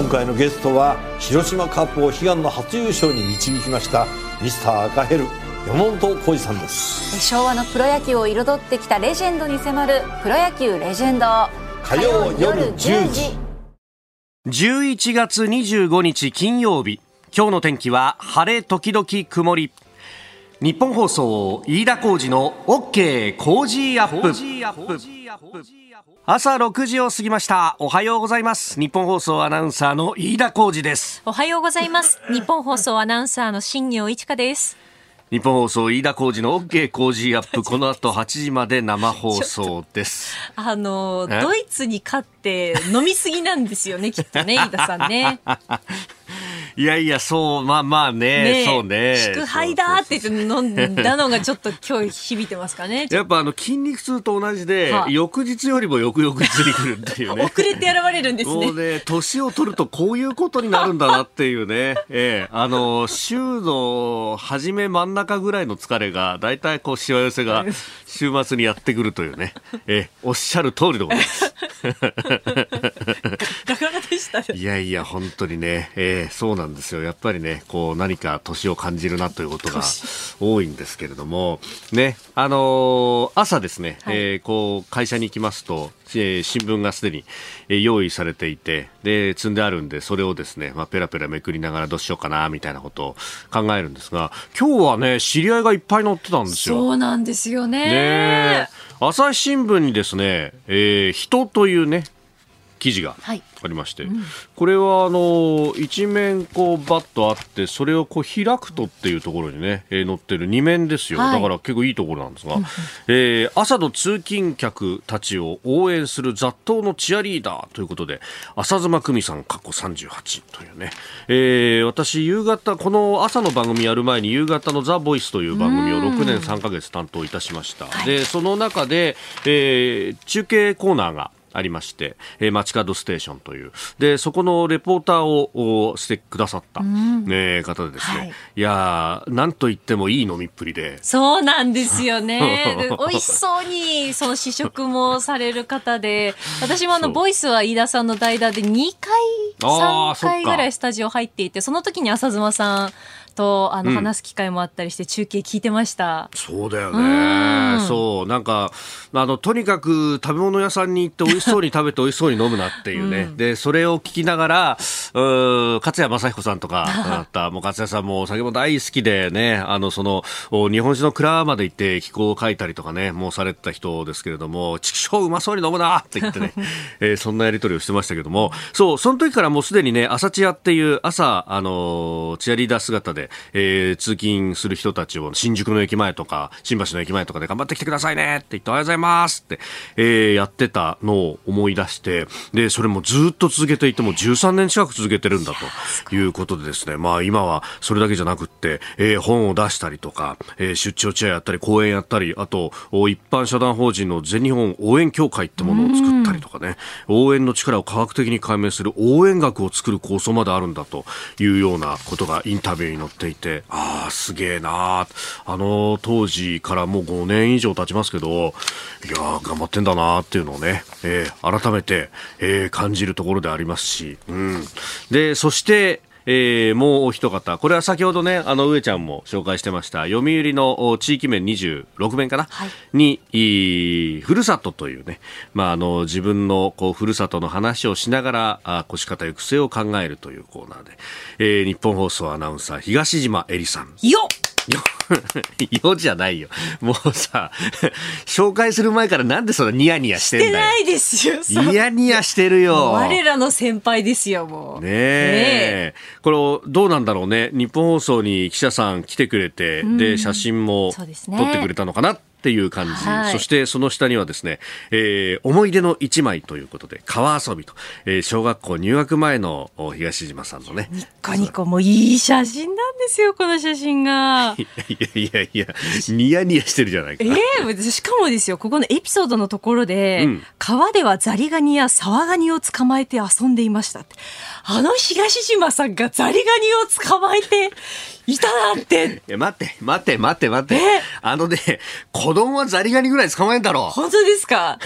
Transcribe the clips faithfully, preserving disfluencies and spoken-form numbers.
回のゲストは広島カップを悲願の初優勝に導きましたミスター赤ヘル山本浩二さんです。 昭和のプロ野球を彩ってきたレジェンドに迫るプロ野球レジェンド、 火曜夜じゅうじ。 じゅういちがつにじゅうごにち金曜日、今日の天気は晴れ時々曇り。日本放送飯田浩司の OK 工事アップ。朝ろくじを過ぎました。おはようございます。日本放送アナウンサーの飯田浩司です。 おはようございます。日本放送アナウンサーの新業一華です。 日本放送飯田浩司の OK 工事アップ、この後はちじまで生放送です。 あのドイツに勝って飲みすぎなんですよねきっとね、飯田さんね。 いやいや、そう、まあまあね、ねそうね。 祝杯だって言って飲んだのがちょっと今日響いてますかね。 やっぱあの筋肉痛と同じで、はあ、翌日よりも翌々日に来るっていうね。 遅れて現れるんですね。 もうね、年を取るとこういうことになるんだなっていうね。ええ、あの週の初め真ん中ぐらいの疲れがだいたいこうしわ寄せが週末にやってくるというね。ええ、おっしゃる通りでございます。 ガガラでしたね。 いやいや本当にね、えー、そうなんですよ。やっぱりね、こう何か年を感じるなということが多いんですけれどもね、あのー、朝ですね、はい、えー、こう会社に行きますと、えー、新聞がすでに、えー、用意されていて、で積んであるんで、それをですね、まあ、ペラペラめくりながらどうしようかなみたいなことを考えるんですが、今日はね知り合いがいっぱい載ってたんですよ。 そうなんですよ ね, ね。朝日新聞にですね、えー、人というね記事がありまして、はい、うん、これはあの一面こうバッとあって、それをこう開くとっていうところにね、えー、載ってるにめんですよ、はい、だから結構いいところなんですが、えー、朝の通勤客たちを応援する雑踏のチアリーダーということで、浅妻久美さん過去さんじゅうはちというね、えー、私夕方この朝の番組やる前に夕方のザ・ボイスという番組をろくねんさんかげつ担当いたしました。でその中で、えー、中継コーナーがありまして、えー、街角ステーションというで、そこのレポーターをしてくださった、ね、方でですね、はい、いやなんといってもいい飲みっぷりで。 そうなんですよね。美味しそうにその試食もされる方で、私もあのボイスは飯田さんの代打でにかいさんかいぐらいスタジオ入っていて、その時に浅妻さんとあの話す機会もあったりして、うん、中継聞いてました。 そうだよね。うそうなんかあのとにかく食べ物屋さんに行って美味しそうに食べて美味しそうに飲むなっていうね、うん、でそれを聞きながら、う勝谷正彦さんとかだったもう勝谷さんもお酒も大好きでね、あのその日本酒の蔵まで行って気候を書いたりとかね、もうされてた人ですけれども、ちくしょううまそうに飲むなって言ってね、えー、そんなやり取りをしてましたけども、そうその時からもうすでにね、朝チアっていう朝あのチアリーダー姿でえー、通勤する人たちを新宿の駅前とか新橋の駅前とかで頑張ってきてくださいねって言って、おはようございますって、えー、やってたのを思い出して、でそれもずっと続けていてもじゅうさんねん近く続けてるんだということでですね、まあ今はそれだけじゃなくって、えー、本を出したりとか、えー、出張チアやったり講演やったり、あと一般社団法人の全日本応援協会ってものを作ったりとかね、応援の力を科学的に解明する応援学を作る構想まであるんだというようなことがインタビューに載っていて、ああすげえな、あの当時からもうごねん以上経ちますけど、いや頑張ってんだなっていうのをね、えー、改めて、えー、感じるところでありますし、うん、でそしてえー、もうお一方、これは先ほどね、あの上ちゃんも紹介してました読売の地域面にじゅうろくめんかな、はい、にふるさとというね、まあ、あの自分のこうふるさとの話をしながらあ越し方行く末を考えるというコーナーで、えー、日本放送アナウンサー東島えりさんよっよよじゃないよ、もうさ紹介する前からなんでそんなニヤニヤしてんだよ。 してないですよ。 ニヤニヤしてるよ。 我らの先輩ですよ、もうねえ、ね、これどうなんだろうね、日本放送に記者さん来てくれて、うん、で写真も撮ってくれたのかなっていう感じ、はい、そしてその下にはですね、えー、思い出の一枚ということで川遊びと、えー、小学校入学前の東島さんのね、 ニッコニコもいい写真なんですよ、この写真が。 いやいやいやニヤニヤしてるじゃないか。 えー、しかもですよ、ここのエピソードのところで、うん、川ではザリガニやサワガニを捕まえて遊んでいましたって。あの東島さんがザリガニを捕まえていたなんて。 いや待って待って待って待って、あのね、子供はザリガニぐらい捕まえんだろう。 本当ですか。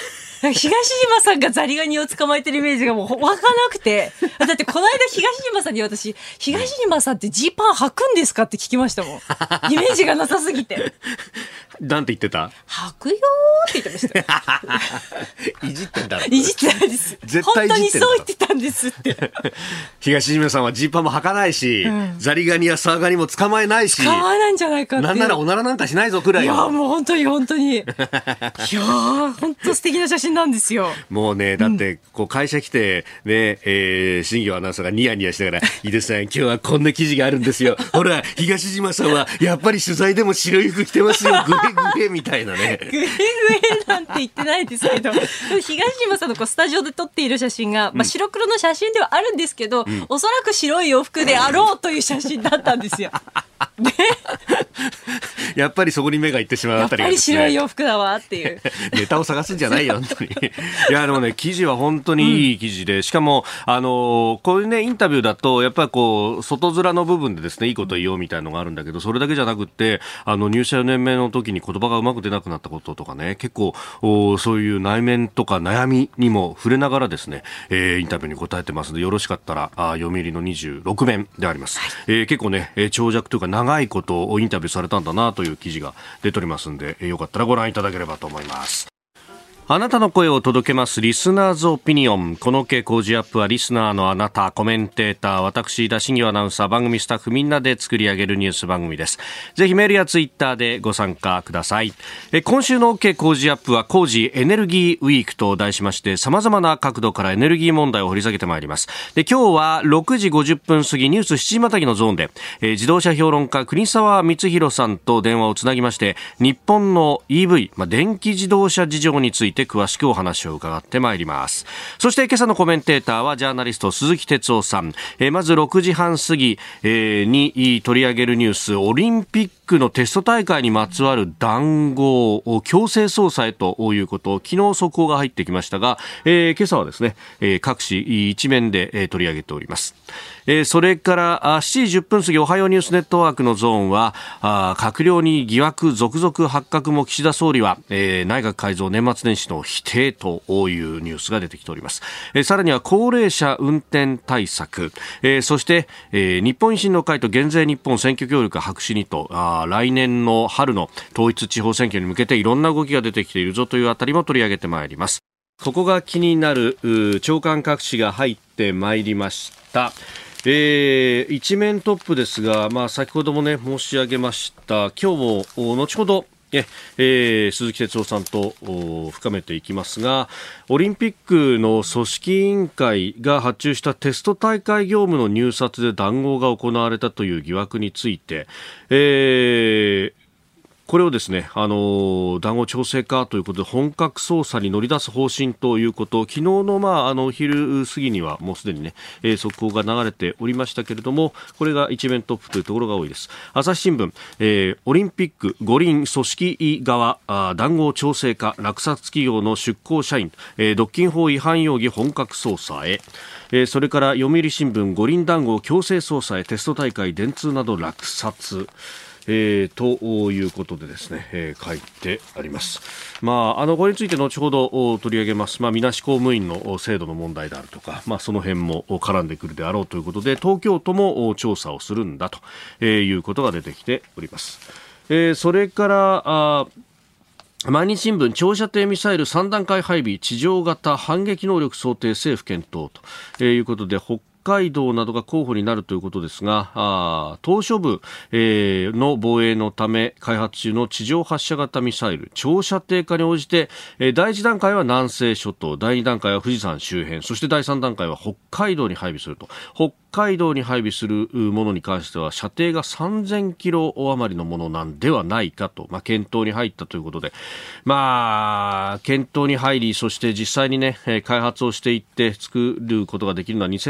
東島さんがザリガニを捕まえてるイメージがもう湧かなくて。だってこの間東島さんに私、東島さんってジーパン履くんですかって聞きましたもん。イメージがなさすぎて。 なんて言ってた？ 履くよーって言ってました。 いじってんだろ。 いじってないです。 絶対いじってんだろ。 本当にそう言ってたんですって。 東島さんはジーパンも履かないし、うん、ザリガニやサワガニも捕まえないし。 捕まえないんじゃないかって。 なんならおならなんかしないぞくらい。 いや、もう本当に本当に。いやー、本当素敵な写真なんですよ。 もうね、だって、こう会社来て、ね、えー、新業アナウンサーがニヤニヤしながら、井出さん、今日はこんな記事があるんですよ。ほら、東島さんは、やっぱり取材でも白い服着てますよ。グヘグヘみたいなね。 グヘグヘなんて言ってないですけど、東島さんのこうスタジオで撮っている写真が、まあ、白黒の写真ではあるんですけど、うん、おそらく白い洋服であろうという写真だったんですよ。ね、 やっぱりそこに目がいってしまうあたりがですね、 やっぱり白い洋服だわっていうネタを探すんじゃないよ本当に。いやでもね、記事は本当にいい記事で、うん、しかもあのこういうねインタビューだとやっぱりこう外面の部分でですねいいこと言おうみたいなのがあるんだけど、それだけじゃなくってあの入社よねんめの時に言葉がうまく出なくなったこととかね、結構そういう内面とか悩みにも触れながらですね、えー、インタビューに答えてますので、よろしかったらあ読売のにじゅうろくめんであります、はい、えー、結構ね長尺というか長いことをインタビューされたんだなという記事が出ておりますので、よかったらご覧いただければと思います。あなたの声を届けますリスナーズオピニオン。この傾向ジアップはリスナーのあなた、コメンテーター、私田新業アナウンサー、番組スタッフみんなで作り上げるニュース番組です。ぜひメールやツイッターでご参加ください。え今週の傾向ジアップは工事エネルギーウィークと題しまして、様々な角度からエネルギー問題を掘り下げてまいります。で今日はろくじごじゅっぷん過ぎニュースしちじまたぎのゾーンで、え自動車評論家国沢光弘さんと電話をつなぎまして、日本の イーブイ、まあ、電気自動車事情について詳しくお話を伺ってまいります。そして今朝のコメンテーターはジャーナリスト鈴木哲夫さん。えー、まずろくじはん過ぎ、えー、に取り上げるニュース、オリンピックのテスト大会にまつわる談合を強制捜査へということ、昨日速報が入ってきましたが、えー、今朝はですね、えー、各紙一面で、えー、取り上げております。えー、それからしちじじゅっぷん過ぎおはようニュースネットワークのゾーンは、あ閣僚に疑惑続々発覚も岸田総理は、えー、内閣改造年末年始の否定というニュースが出てきております。えー、さらには高齢者運転対策、えー、そして、えー、日本維新の会と減税日本選挙協力白紙にと、あ来年の春の統一地方選挙に向けていろんな動きが出てきているぞというあたりも取り上げてまいります。ここが気になる長官各紙が入ってまいりました。えー、一面トップですが、まあ、先ほども、ね、申し上げました今日も後ほどええー、鈴木哲夫さんと深めていきますが、オリンピックの組織委員会が発注したテスト大会業務の入札で談合が行われたという疑惑について、えーこれをですね、あの談合調整かということで本格捜査に乗り出す方針ということを昨日の、まあ、あの昼過ぎにはもうすでにね、えー、速報が流れておりましたけれども、これが一面トップというところが多いです。朝日新聞、えー、オリンピック五輪組織委側あ談合調整か落札企業の出向社員、えー、独禁法違反容疑本格捜査へ、えー、それから読売新聞五輪談合強制捜査へテスト大会電通など落札えー、ということでですね、えー、書いてあります。まあ、あのこれについて後ほど取り上げます。まあ、みなし公務員の制度の問題であるとか、まあ、その辺も絡んでくるであろうということで、東京都も調査をするんだということが出てきております。えー、それからあ毎日新聞、長射程ミサイルさんだんかい配備地上型反撃能力想定政府検討ということで、北北海道などが候補になるということですが、あ島しょ部、えー、の防衛のため開発中の地上発射型ミサイル長射程化に応じて、えー、だいいち段階は南西諸島、だいに段階は富士山周辺、そしてだいさん段階は北海道に配備すると。北海道に配備するものに関しては射程がさんぜんキロ余りのものなんではないかと、まあ、検討に入ったということで、まあ、検討に入り、そして実際に、ね、開発をしていって作ることができるのはにせんさんじゅう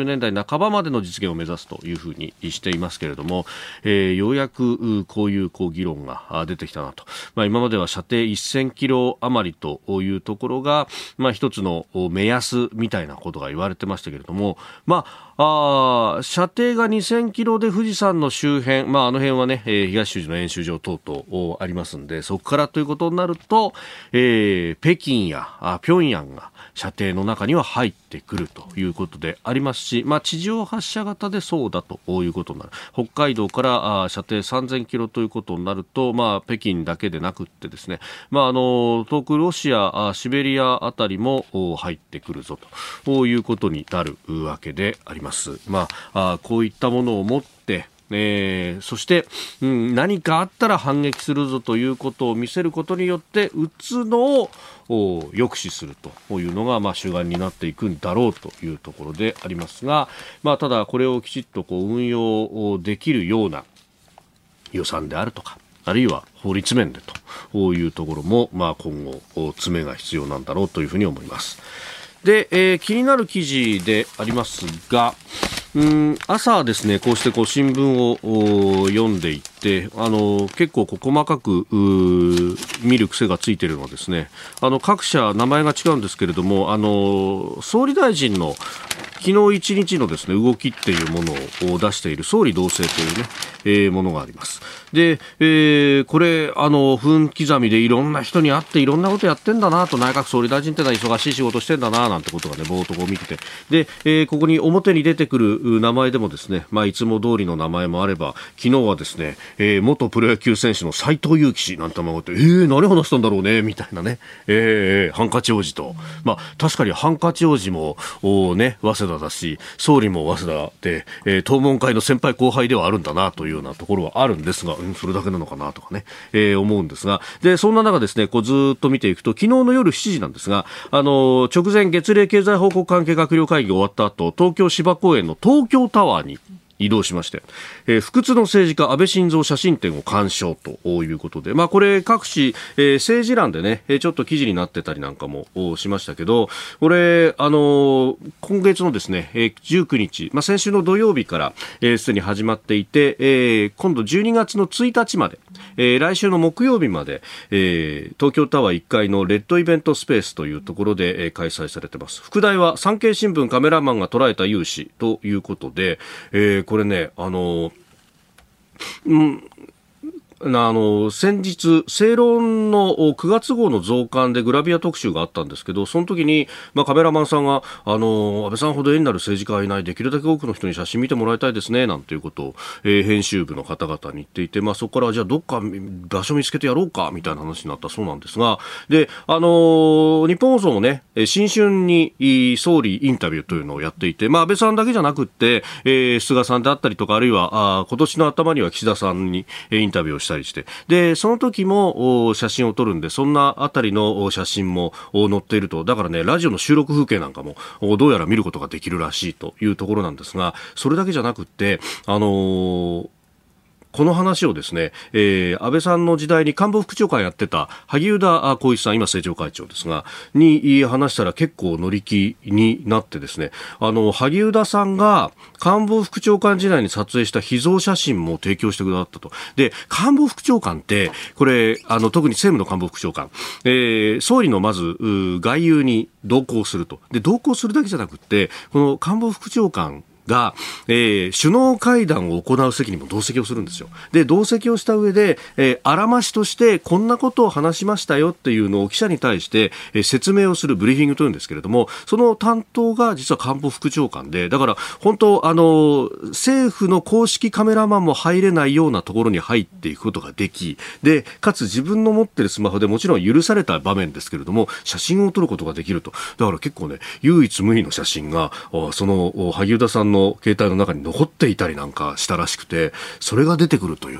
うねんだいなかばまでの実現を目指すというふうにしていますけれども、えー、ようやくこういう、こう議論が出てきたなと、まあ、今までは射程せんキロ余りというところが、まあ、一つの目安みたいなことが言われてましたけれども、まあ、あ射程がにせんキロで富士山の周辺、まあ、あの辺はね、えー、東修二の演習場等々ありますんで、そこからということになると、えー、北京やあ平壌が射程の中には入ってくるということでありますし、まあ、地上発射型でそうだということになる。北海道からあ射程さんぜんキロということになると、まあ、北京だけでなくってですね、まあ、あの遠くロシアあシベリアあたりも入ってくるぞということになるわけであります。まあ、あこういったものを持ってえー、そして、うん、何かあったら反撃するぞということを見せることによって撃つのを抑止するというのが、まあ、主眼になっていくんだろうというところでありますが、まあ、ただこれをきちっとこう運用できるような予算であるとか、あるいは法律面でというところも、まあ、今後詰めが必要なんだろうというふうに思います。で、えー、気になる記事でありますが、うん朝ですね、こうしてこう新聞を読んでいってあの結構こう細かく見る癖がついているのはですね、あの各社名前が違うんですけれども、あの総理大臣の昨日一日のですね動きっていうものを出している総理同棲というね、えー、ものがあります。で、えー、これあの分刻みでいろんな人に会っていろんなことやってんだなと、内閣総理大臣ってのは忙しい仕事してんだななんてことがね冒頭を見てて、で、えー、ここに表に出てくる名前でもですね、まあ、いつも通りの名前もあれば、昨日はですね、えー、元プロ野球選手の斉藤佑樹氏なんてもあって、えー、何話したんだろうねみたいなね、えー、ハンカチ王子と、まあ、確かにハンカチ王子もお、ね、早稲田だし、総理も早稲田で、えー、東門会の先輩後輩ではあるんだなというようなところはあるんですが、うん、それだけなのかなとかね、えー、思うんですが、でそんな中ですね、こうずっと見ていくと、昨日の夜しちじなんですが、あのー、直前月例経済報告関係閣僚会議が終わった後、東京芝公園の東京タワーに移動しまして、えー、不屈の政治家安倍晋三写真展を鑑賞ということで、まあ、これ各紙、えー、政治欄でねちょっと記事になってたりなんかもしましたけど、これあのー、今月のですねじゅうくにち、まあ、先週の土曜日からすで、えー、に始まっていて、えー、今度じゅうにがつのついたちまで、えー、来週の木曜日まで、えー、東京タワーいっかいのレッドイベントスペースというところで、えー、開催されています。副題は産経新聞カメラマンが捉えた雄姿ということで、えー、これね、あの、うん、あの先日正論のくがつ号の増刊でグラビア特集があったんですけど、その時に、まあ、カメラマンさんがあの安倍さんほど絵になる政治家はいない、できるだけ多くの人に写真見てもらいたいですねなんていうことを、えー、編集部の方々に言っていて、まあ、そこからじゃあどっか場所見つけてやろうかみたいな話になったそうなんですが、であの日本放送もね新春に総理インタビューというのをやっていて、まあ、安倍さんだけじゃなくって、えー、菅さんであったりとか、あるいはあ今年の頭には岸田さんにインタビューをしたりして、でその時も写真を撮るんで、そんなあたりの写真も載っていると。だからね、ラジオの収録風景なんかもどうやら見ることができるらしいというところなんですが、それだけじゃなくって、あのーこの話をですね、えー、安倍さんの時代に官房副長官やってた萩生田光一さん、今政調会長ですが、に話したら結構乗り気になってですね、あの、萩生田さんが官房副長官時代に撮影した秘蔵写真も提供してくださったと。で、官房副長官って、これ、あの、特に政務の官房副長官、えー、総理のまず、外遊に同行すると。で、同行するだけじゃなくって、この官房副長官が、えー、首脳会談を行う席にも同席をするんですよ。で、同席をした上で、えー、あらましとしてこんなことを話しましたよっていうのを記者に対して、えー、説明をするブリーフィングというんですけれども、その担当が実は官房副長官で、だから本当あの政府の公式カメラマンも入れないようなところに入っていくことができ、でかつ自分の持ってるスマホでもちろん許された場面ですけれども写真を撮ることができると。だから結構ね、唯一無二の写真がその萩生田さんの携帯の中に残っていたりなんかしたらしくて、それが出てくるというね、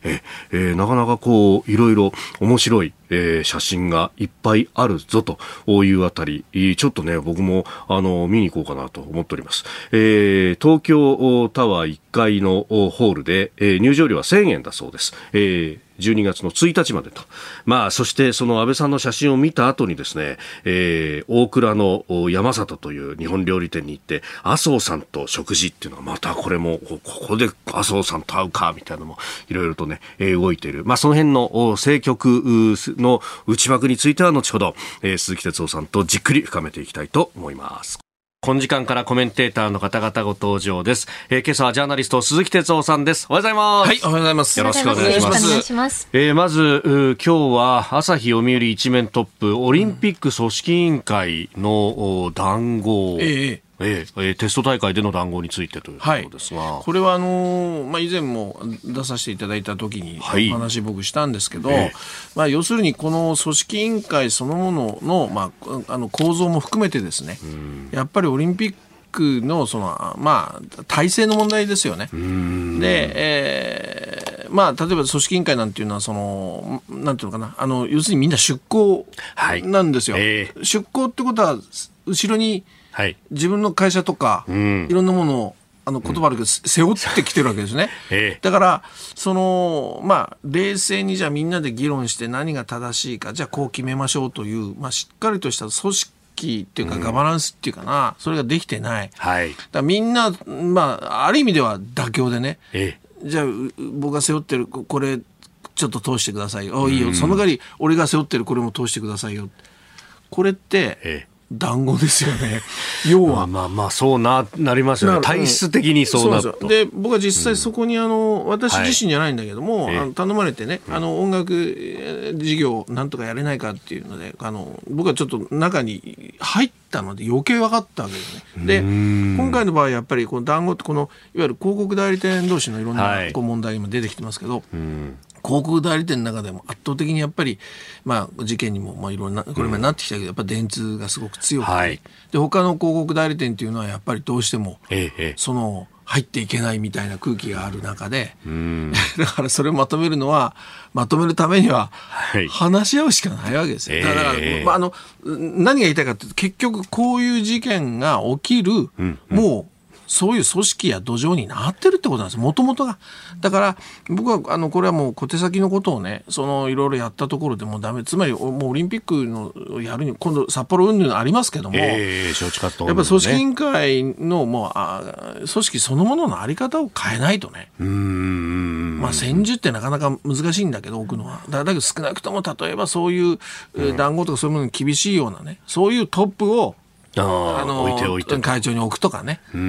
ええー、なかなかこういろいろ面白い、えー、写真がいっぱいあるぞというあたり、ちょっとね僕もあの見に行こうかなと思っております。えー、東京タワーいっかいのホールで、えー、入場料はせんえんだそうです。えーじゅうにがつのついたちまでと、まあ、そしてその安倍さんの写真を見た後にですね、えー、大倉の山里という日本料理店に行って麻生さんと食事っていうのはまたこれもここで麻生さんと会うかみたいなのもいろいろとね、えー、動いている、まあ、その辺の政局の内幕については後ほど、えー、鈴木哲夫さんとじっくり深めていきたいと思います。この時間からコメンテーターの方々ご登場です。えー、今朝はジャーナリスト鈴木哲夫さんです。おはようございます。 はい、おはようございます。 よろしくお願いします。 よろしくお願いします。 えー、まず今日は朝日読売一面トップオリンピック組織委員会の談合、うん、えええー、テスト大会での談合についてということですが、はい、 これはあのーまあ、以前も出させていただいた時にお話僕したんですけど、はい、えーまあ、要するにこの組織委員会そのものの、まあ、あの構造も含めてですね、やっぱりオリンピックのその、まあ、体制の問題ですよね。で、えーまあ、例えば組織委員会なんていうのはそのなんていうのかな、あの要するにみんな出向なんですよ。はい、えー、出向ってことは後ろにはい、自分の会社とか、うん、いろんなものをあの言葉あるけど、うん、背負ってきてるわけですね。ええ、だからその、まあ、冷静にじゃあみんなで議論して何が正しいか、じゃあこう決めましょうという、まあ、しっかりとした組織っていうか、うん、ガバナンスっていうかな、それができてない。はい、だからみんな、まあ、ある意味では妥協でね、ええ、じゃあ僕が背負ってるこれちょっと通してくださいよ、うん、いいよ、その代わり俺が背負ってるこれも通してくださいよ、これって、ええ、談合ですよね。要はまあまあまあそうな、なりますよね。体質的にそうなると。 そうで僕は実際そこにあの、うん、私自身じゃないんだけども、はい、あの頼まれてね、あの音楽事業なんとかやれないかっていうので、あの僕はちょっと中に入ったので余計分かったわけですね。で今回の場合やっぱりこの談合ってこのいわゆる広告代理店同士のいろんなこう問題が今出てきてますけど、はい、うん広告代理店の中でも圧倒的にやっぱり、まあ、事件にもまあいろんなこれまでなってきたけど、やっぱ電通がすごく強くて、はい、で他の広告代理店っていうのはやっぱりどうしても、ええ、その入っていけないみたいな空気がある中で、うんだからそれをまとめるのはまとめるためには話し合うしかないわけですよ。だから、えーまあ、あの何が言いたいかというと、結局こういう事件が起きる、うんうん、もうそういう組織や土壌になってるってことなんですよ、もともとが。だから僕はあのこれはもう小手先のことをね、そのいろいろやったところでもうダメ、つまりもうオリンピックのやるに今度札幌云々ありますけども、えー、招致活動、ね、やっぱり組織委員会のもうあ組織そのものの在り方を変えないとね、うーん、まあ、戦術ってなかなか難しいんだけど置くのは、だだけど少なくとも例えばそういう、うん、談合とかそういうものに厳しいようなね、そういうトップをああの置いておいて会長に置くとかね、うん、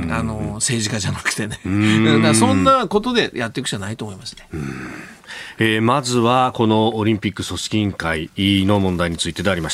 あの政治家じゃなくてね、だからそんなことでやっていくしかないと思いますね。うん、 えー、まずはこのオリンピック組織委員会の問題についてでありました。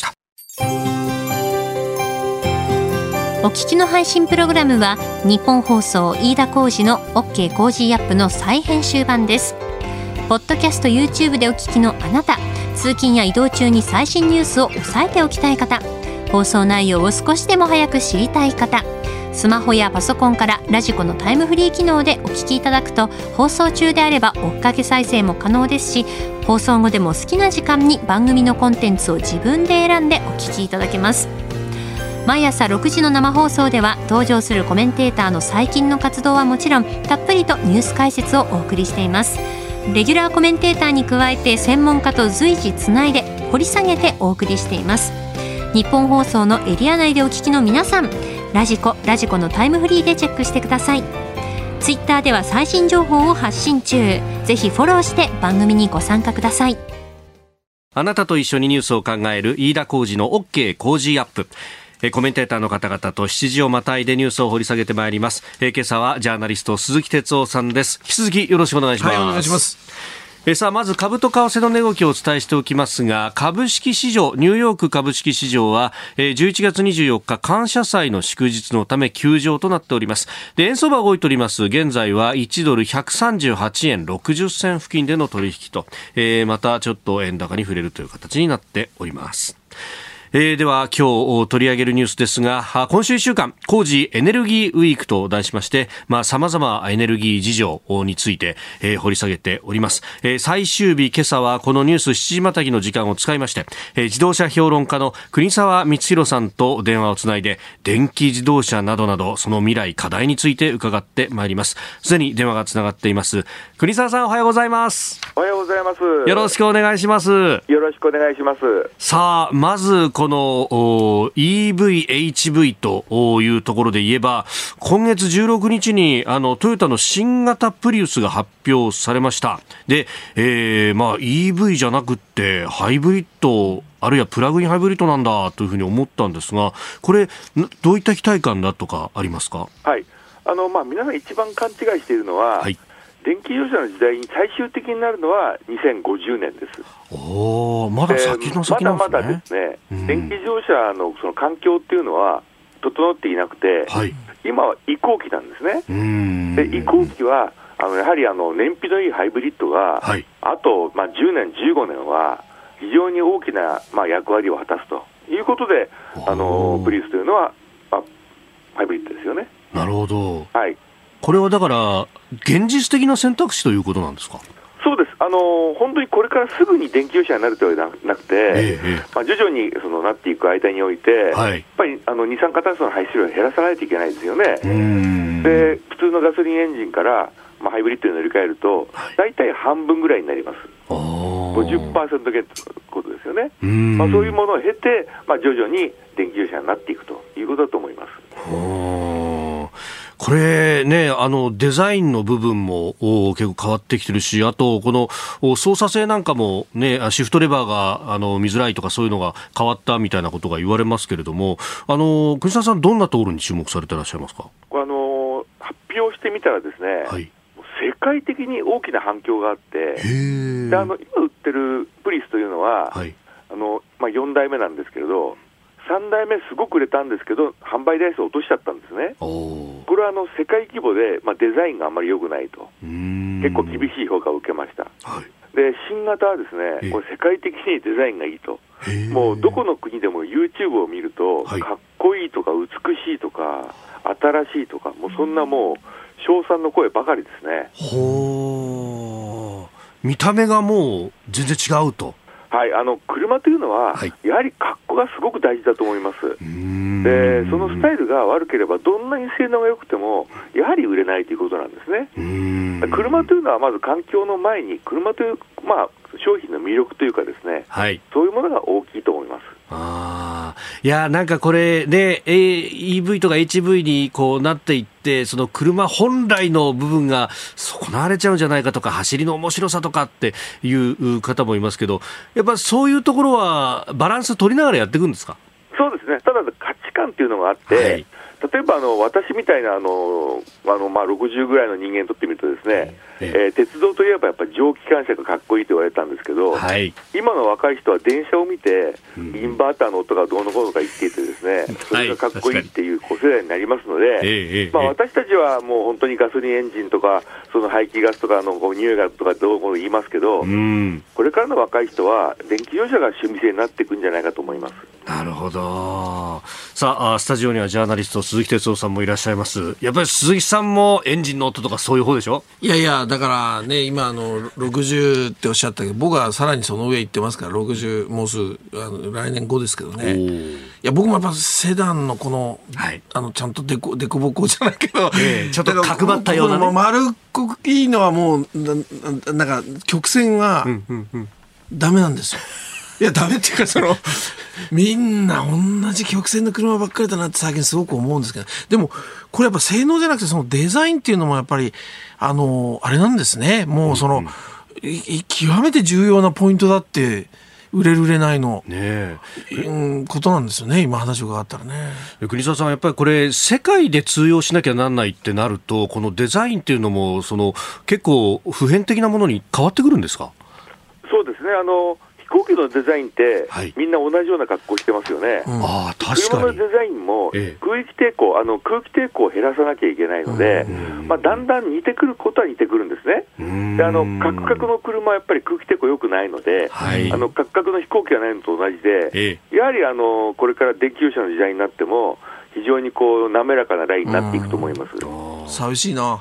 お聞きの配信プログラムは日本放送飯田浩司の OK コージーアップの再編集版です。ポッドキャスト YouTube でお聞きのあなた、通勤や移動中に最新ニュースを押さえておきたい方、放送内容を少しでも早く知りたい方、スマホやパソコンからラジコのタイムフリー機能でお聞きいただくと、放送中であれば追っかけ再生も可能ですし、放送後でも好きな時間に番組のコンテンツを自分で選んでお聞きいただけます。毎朝ろくじの生放送では登場するコメンテーターの最近の活動はもちろん、たっぷりとニュース解説をお送りしています。レギュラーコメンテーターに加えて専門家と随時つないで掘り下げてお送りしています。日本放送のエリア内でお聞きの皆さん、ラジコ、ラジコのタイムフリーでチェックしてください。ツイッターでは最新情報を発信中。ぜひフォローして番組にご参加ください。 あなたと一緒にニュースを考える飯田浩司の OK 工事アップ。コメンテーターの方々としちじをまたいでニュースを掘り下げてまいります。今朝はジャーナリスト鈴木哲夫さんです。引き続きよろしくお願いします。 はい、お願いします。 えさあまず株と為替の値動きをお伝えしておきますが、株式市場、ニューヨーク株式市場はじゅういちがつにじゅうよっか感謝祭の祝日のため休場となっております。で円相場が動いております。現在はいちドルひゃくさんじゅうはちえんろくじゅっせん付近での取引と、えー、またちょっと円高に触れるという形になっております。 えー、では今日取り上げるニュースですが、今週いっしゅうかん工事エネルギーウィークと題しまして、まあ、様々エネルギー事情について、えー、掘り下げております。えー、最終日今朝はこのニュースしちじまたぎの時間を使いまして、えー、自動車評論家の国沢光弘さんと電話をつないで、電気自動車などなどその未来課題について伺ってまいります。すでに電話がつながっています。国沢さん、おはようございます。 おはようございます。 よろしくお願いします。よろしくお願いします。 さあ、まずこの イーブイ、エイチブイ というところで言えば、今月じゅうろくにちにあのトヨタの新型プリウスが発表されました。で、えーまあ、イーブイ じゃなくってハイブリッドあるいはプラグインハイブリッドなんだというふうに思ったんですが、これどういった期待感だとかありますか？ はい、あのまあ、皆さん一番勘違いしているのは、はい、電気自動車の時代に最終的になるのはにせんごじゅうねんです。 おー、まだ先の先なんですね。 まだまだですね、うん、電気自動車 の, その環境っていうのは整っていなくて、はい、今は移行期なんですね。うん、で移行期はあのやはりあの燃費のいいハイブリッドが、はい、あと、まあ、じゅうねんじゅうごねんは非常に大きな、まあ、役割を果たすということで、あのプリウスというのは、まあ、ハイブリッドですよね。 なるほど、 はい、 これはだから現実的な選択肢ということなんですか？ そうです。あの本当にこれからすぐに電気自動車になるというのではなくて、ええまあ、徐々にそのなっていく間において、はい、やっぱりあの二酸化炭素の排出量を減らさないといけないですよね。うーんで普通のガソリンエンジンから、まあ、ハイブリッドに乗り換えると、はい、大体半分ぐらいになります。ごじゅっパーセント 減ということですよね。まあ、そういうものを経て、まあ、徐々に電気自動車になっていくということだと思います。 これね、あのデザインの部分も結構変わってきてるし、あとこの操作性なんかもね、シフトレバーがあの見づらいとかそういうのが変わったみたいなことが言われますけれども、あの国沢さん、どんなところに注目されていらっしゃいますか？ あの発表してみたらですね、はい、世界的に大きな反響があって、であの今売ってるプリウスというのは、はい、あのまあ、よんだいめなんですけれど、さんだいめすごく売れたんですけど販売台数を落としちゃったんですね。これはあの世界規模で、まあ、デザインがあんまり良くないと結構厳しい評価を受けました、はい、で新型はですね、これ世界的にデザインがいいと、もうどこの国でも YouTube を見ると、はい、かっこいいとか美しいとか新しいとか、もうそんなもう称賛の声ばかりですね。 ほー、見た目がもう全然違うと。 はい、あの車というのは、はい、やはり格好がすごく大事だと思います。でそのスタイルが悪ければどんなに性能が良くてもやはり売れないということなんですね。車というのはまず環境の前に車という、まあ、商品の魅力というかですね、はい、そういうものが大きいと思います。 あいやなんかこれで、ね、イーブイ とか エイチブイ にこうなっていって、その車本来の部分が損なわれちゃうんじゃないかとか、走りの面白さとかっていう方もいますけど、やっぱそういうところはバランス取りながらやっていくんですか？ そうですね。ただ価値観っていうのがあって、はい、例えばあの私みたいなあのあの、まあ、ろくじゅうぐらいの人間にとってみるとですね、えええー、鉄道といえばやっぱり蒸気機関車がかっこいいと言われたんですけど、はい、今の若い人は電車を見て、うん、インバーターの音がどうのこうのか言っていてですね、それがかっこいいっていう世代になりますので、はいまあ、私たちはもう本当にガソリンエンジンとかその排気ガスとかのこう匂いがとかどうこう言いますけど、うん、これからの若い人は電気自動車が趣味性になっていくんじゃないかと思います。 なるほど。さあスタジオにはジャーナリスト鈴木哲夫さんもいらっしゃいます。やっぱり鈴木さんもエンジンの音とかそういう方でしょ？ いやいや、だからね、今あのろくじゅうっておっしゃったけど、僕はさらにその上行ってますから、ろくじゅうもうすぐあの来年後ですけどね。いや僕もやっぱセダンのこの、はい、あのちゃんとデコデコボコじゃないけど、 えー、ちょっと角張ったような、ね、 丸っこくいいのはもう な, なんか曲線はダメなんですよ。いやダメっていうか、そのみんな同じ曲線の車ばっかりだなって最近すごく思うんですけど、でもこれやっぱ性能じゃなくてそのデザインっていうのもやっぱりあのあれなんですね。もうその、うんうん、極めて重要なポイントだって、売れる売れないの、ねうん、ことなんですよね。今話を伺ったらね。 国沢さん、やっぱりこれ世界で通用しなきゃなんないってなると、このデザインっていうのもその結構普遍的なものに変わってくるんですか？ そうですね。あの比行機のデザインって、 はい、 みんな同じような格好してますよね、 うん、あ確かに車のデザインも空気抵抗、ええ、あの空気抵抗を減らさなきゃいけないので、まあ、だんだん似てくることは似てくるんですね。であのカクカクの車はやっぱり空気抵抗良くないので、はい、あのカクカクの飛行機がないのと同じで、ええ、やはりあのこれから電気自動車の時代になっても非常にこう滑らかなラインになっていくと思います。 寂しいな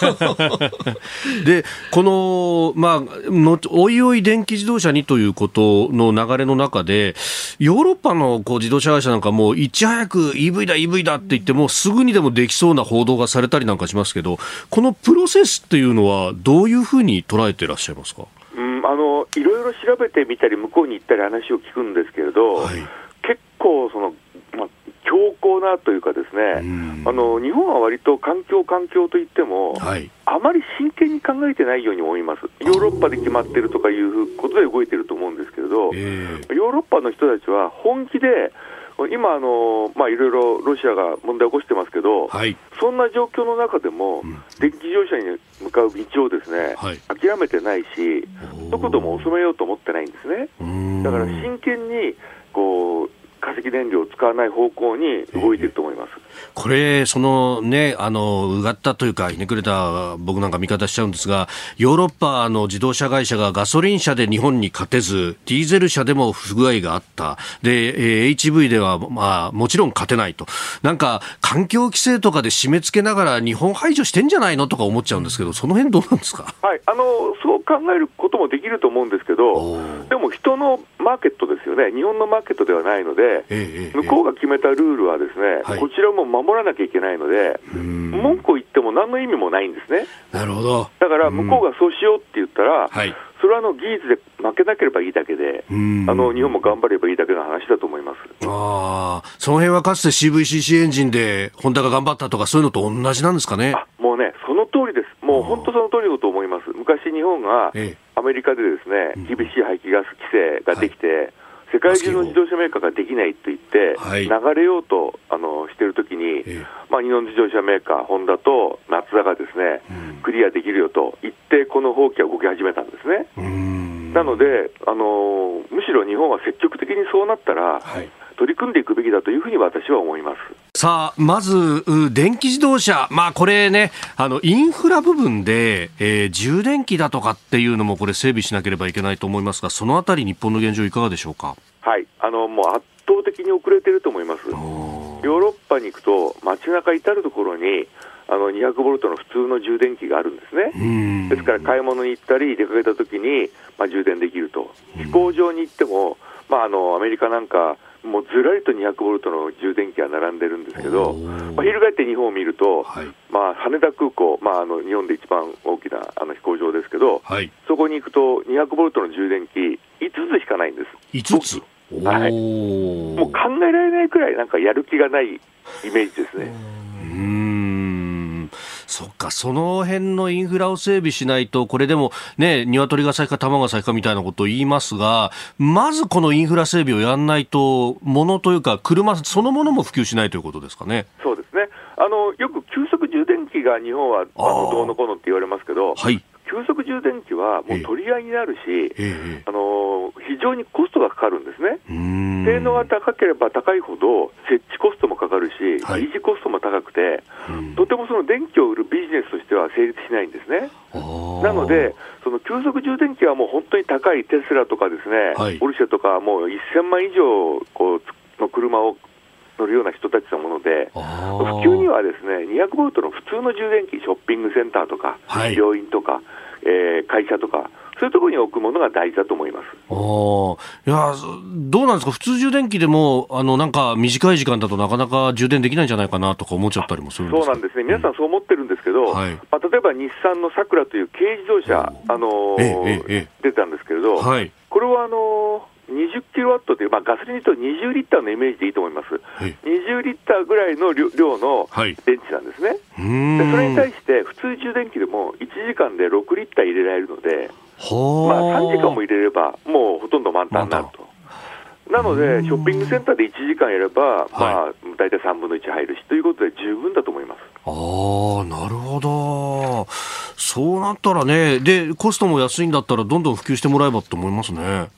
でこの、まあ、のおいおい電気自動車にということの流れの中でヨーロッパのこう自動車会社なんかもいち早く イーブイ だ イーブイ だって言ってもすぐにでもできそうな報道がされたりなんかしますけど、このプロセスっていうのはどういうふうに捉えていらっしゃいますか？ うん、あのいろいろ調べてみたり向こうに行ったり話を聞くんですけれど、はい、結構その、まあ強硬なというかですね、あの日本は割と環境環境といっても、はい、あまり真剣に考えてないように思います。ヨーロッパで決まっているとかいうことで動いていると思うんですけれど、えー、ヨーロッパの人たちは本気で今あの、まあ、いろいろロシアが問題を起こしてますけど、はい、そんな状況の中でも、うん、電気自動車に向かう道をですね、はい、諦めてないし速度も遅めようと思ってないんですね。だから真剣にこう化石燃料を使わない方向に動いていると思います。 これそのねあのうがったというかひねくれた僕なんか見方しちゃうんですが、ヨーロッパの自動車会社がガソリン車で日本に勝てずディーゼル車でも不具合があったで、えー、エイチブイ では、まあ、もちろん勝てないと、なんか環境規制とかで締め付けながら日本排除してんじゃないのとか思っちゃうんですけど、その辺どうなんですか？ はい、あのそう考えることもできると思うんですけど、でも人のマーケットですよね。日本のマーケットではないので、ええ、向こうが決めたルールはですね、はい、こちらも守らなきゃいけないので文句を言っても何の意味もないんですね。 なるほど。 だから向こうがそうしようって言ったら、はい、それはあの技術で負けなければいいだけで、あの日本も頑張ればいいだけの話だと思います。 あその辺はかつて シーブイシーシー エンジンでホンダが頑張ったとかそういうのと同じなんですかね？ あもうねその通りです。もう本当その通りだと思います。昔日本がアメリカでですね、厳しい排気ガス規制ができて、はい、世界中の自動車メーカーができないと言って、はい、流れようとあのしているときに、えーまあ、日本自動車メーカーホンダとマツダがですね、うん、クリアできるよと言ってこの放棄が動き始めたんですね。うーんなのであのむしろ日本は積極的にそうなったら、はい、取り組んでいくべきだというふうに私は思います。 さあまず電気自動車、まあこれねあのインフラ部分で、えー、充電器だとかっていうのもこれ整備しなければいけないと思いますが、そのあたり日本の現状いかがでしょうか？ はい、あのもう圧倒的に遅れていると思います。ヨーロッパに行くと街中至るところにあのにひゃくボルトの普通の充電器があるんですね。ですから買い物に行ったり出かけた時に、まあ、充電できると。飛行場に行っても、まあ、あのアメリカなんかもうずらりとにひゃくボルトの充電器が並んでるんですけど、まあ、翻って日本を見ると、はいまあ、羽田空港、まあ、あの日本で一番大きなあの飛行場ですけど、はい、そこに行くとにひゃくボルトの充電器いつつしかないんです。 いつつはい、もう考えられないくらいなんかやる気がないイメージですね。 うーんそっか、その辺のインフラを整備しないと、これでもね、鶏が先か卵が先かみたいなことを言いますが、まずこのインフラ整備をやらないと、物というか車そのものも普及しないということですかね。 そうですね。あのよく急速充電器が日本はあのどうのこうのって言われますけど、はい、急速充電器はもう取り合いになるし、ええ、あの非常にコストがかかるんですね。性能が高ければ高いほど設置コストもかかるし、はい、維持コストも高くて、とてもその電気を売るビジネスとしては成立しないんですね。なのでその急速充電器はもう本当に高いテスラとかですね、はい、ポルシェとかもうせんまん以上こうの車を乗るような人たちのもので、普及にはですねにひゃくボルトの普通の充電器、ショッピングセンターとか、はい、病院とか、えー、会社とかそういうところに置くものが大事だと思います。 あいやどうなんですか、普通充電器でもあのなんか短い時間だとなかなか充電できないんじゃないかなとか思っちゃったりもするんですか。 そうなんですね、皆さんそう思ってるんですけど、うんはいまあ、例えば日産のサクラという軽自動車、あのーええええ、出たんですけれど、はい、これはあのーにじゅっキロワットという、まあ、ガソリンとにじゅうリッターのイメージでいいと思います。にじゅうリッターぐらいの 量, 量の電池なんですね、はい、でそれに対して普通充電器でもいちじかんでろくリッター入れられるので、まあ、さんじかんも入れればもうほとんど満タンになると。なのでショッピングセンターでいちじかんやれば、まあ、大体さんぶんのいち入るしということで十分だと思います。 ああ、なるほど。そうなったらね、でコストも安いんだったらどんどん普及してもらえばと思いますね。 そうです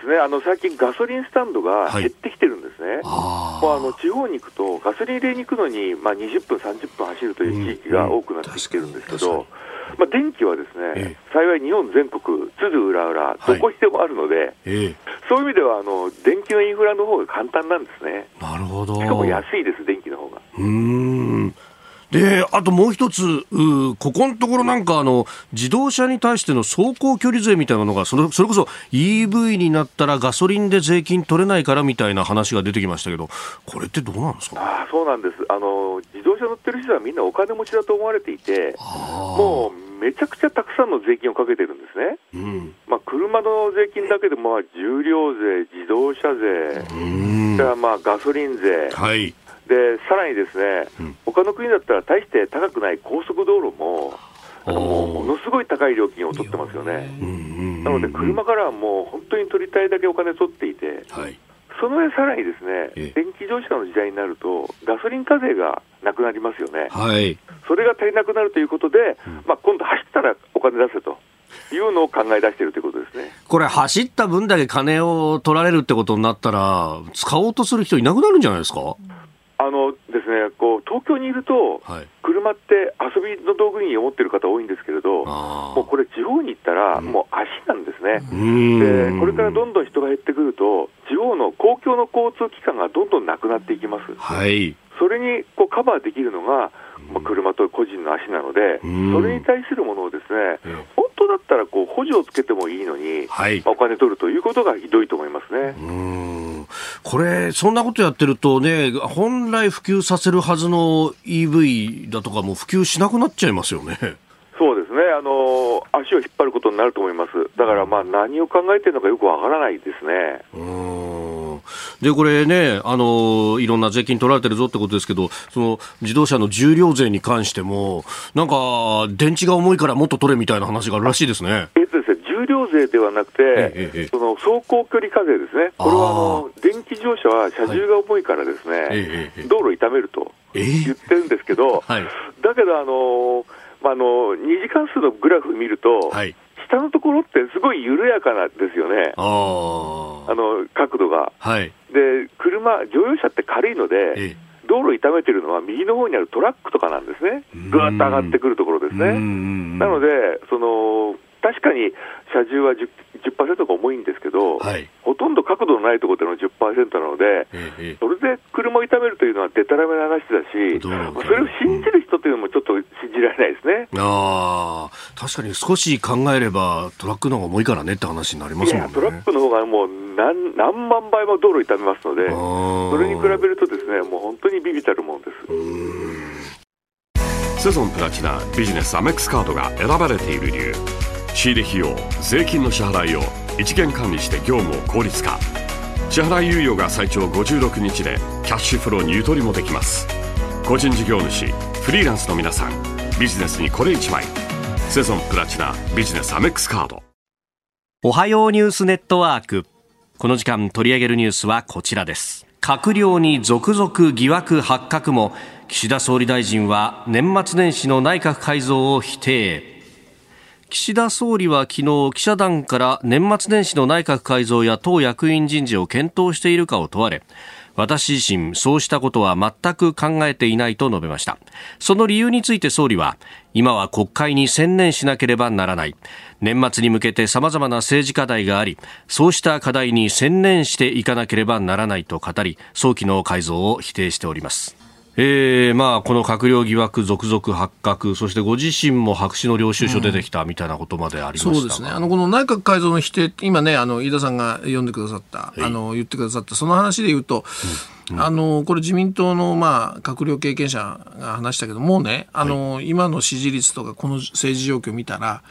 ですね、あの最近ガソリンスタンドが減ってきてるんですね、はい、あもうあの地方に行くとガソリン入れに行くのに、まあ、にじゅっぷんさんじゅっぷん走るという地域が多くなってきてるんですけど、まあ、電気はですね、ええ、幸い日本全国津々浦々どこにでもあるので、はいええ、そういう意味ではあの電気のインフラの方が簡単なんですね。 なるほど。 しかも安いです、電気の方が。 うーんで、あともう一つ、うここのところなんかあの自動車に対しての走行距離税みたいなのがそれ、それこそ イーブイ になったらガソリンで税金取れないからみたいな話が出てきましたけど、これってどうなんですか？ あそうなんです。あの自動車乗ってる人はみんなお金持ちだと思われていて、もうめちゃくちゃたくさんの税金をかけてるんですね、うんまあ、車の税金だけでも、まあ、重量税、自動車税、それからまあガソリン税、はいでさらにですね、うん、他の国だったら大して高くない高速道路もあのもうものすごい高い料金を取ってますよね。なので車からはもう本当に取りたいだけお金取っていて、はい、その上さらにですね、電気自動車の時代になるとガソリン課税がなくなりますよね、はい、それが足りなくなるということで、うんまあ、今度走ったらお金出せというのを考え出しているということですね。 これ走った分だけ金を取られるってことになったら使おうとする人いなくなるんじゃないですか？ あのですね、こう東京にいると、はい、車って遊びの道具に思っている方多いんですけれど、もうこれ地方に行ったらもう足なんですね。でこれからどんどん人が減ってくると地方の公共の交通機関がどんどんなくなっていきます、はい、それにこうカバーできるのが、まあ、車と個人の足なので、それに対するものをですね、本当だったらこう補助をつけてもいいのに、はいまあ、お金取るということがひどいと思いますね。 うーんこれそんなことやってるとね、本来普及させるはずの イーブイ だとかも普及しなくなっちゃいますよね。 そうですね、あの足を引っ張ることになると思います。だからまあ何を考えているのかよくわからないですね。 うーんでこれね、あのいろんな税金取られてるぞってことですけど、その自動車の重量税に関してもなんか電池が重いからもっと取れみたいな話があるらしいですね。 えっとですね、重量税ではなくて、ええ、その走行距離課税ですね。これはあの電気自動車は車重が重いからですね、はいええ、道路を傷めると言ってるんですけど、えはい、だけどあの、まあ、あの二次関数のグラフ見ると、はい、下のところってすごい緩やかなんですよね。ああの角度が、はい、で車乗用車って軽いので、ええ、道路を傷めてるのは右の方にあるトラックとかなんですね。ぐわっと上がってくるところですね。なのでその確かに車重は 10, 10%が重いんですけど、はい、ほとんど角度のないところでの じゅっパーセント なので、ええ、それで車を傷めるというのはデタラメな話だし、それを信じる人というのもちょっと信じられないですね。 あ確かに少し考えればトラックの方が重いからねって話になりますもんね。いやトラックの方がもう 何, 何万倍も道路を傷めますので、それに比べるとですね、もう本当にビビたるものです。うーんセゾンプラチナビジネスアメックスカードが選ばれている理由、仕入れ費用、税金の支払いを一元管理して業務を効率化、支払い猶予が最長ごじゅうろくにちでキャッシュフローにゆとりもできます。個人事業主、フリーランスの皆さん、ビジネスにこれいちまい、セゾンプラチナビジネスアメックスカード。 おはようニュースネットワーク、この時間取り上げるニュースはこちらです。閣僚に続々疑惑発覚も、岸田総理大臣は年末年始の内閣改造を否定。岸田総理は昨日記者団から年末年始の内閣改造や党役員人事を検討しているかを問われ、私自身そうしたことは全く考えていないと述べました。その理由について総理は、今は国会に専念しなければならない、年末に向けて様々な政治課題があり、そうした課題に専念していかなければならないと語り、早期の改造を否定しております。えーまあ、この閣僚疑惑続々発覚、そしてご自身も白紙の領収書出てきたみたいなことまでありましたが、うん、そうですね、 あのこの内閣改造の否定、今ね、あの飯田さんが読んでくださった、はい、あの言ってくださったその話で言うと、うんうん、あのこれ自民党の、まあ、閣僚経験者が話したけど、もうね、あの、はい、今の支持率とかこの政治状況を見たら、はい、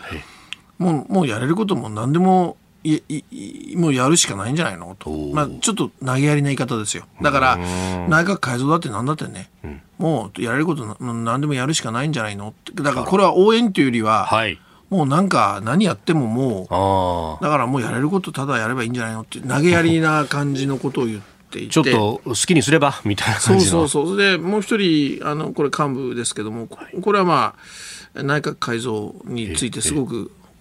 もう、もうやれることも何でもいいもうやるしかないんじゃないのと、まあ、ちょっと投げやりな言い方ですよ。だから内閣改造だってなんだってね、うん、もうやれること何でもやるしかないんじゃないのって。だからこれは応援というよりは、はい、もうなんか何やってももうだからもうやれることただやればいいんじゃないのって投げやりな感じのことを言っていて、 ちょっと好きにすればみたいな感じの。 そうそうそう。でもう一人あのこれ幹部ですけども、これはまあ内閣改造についてすごく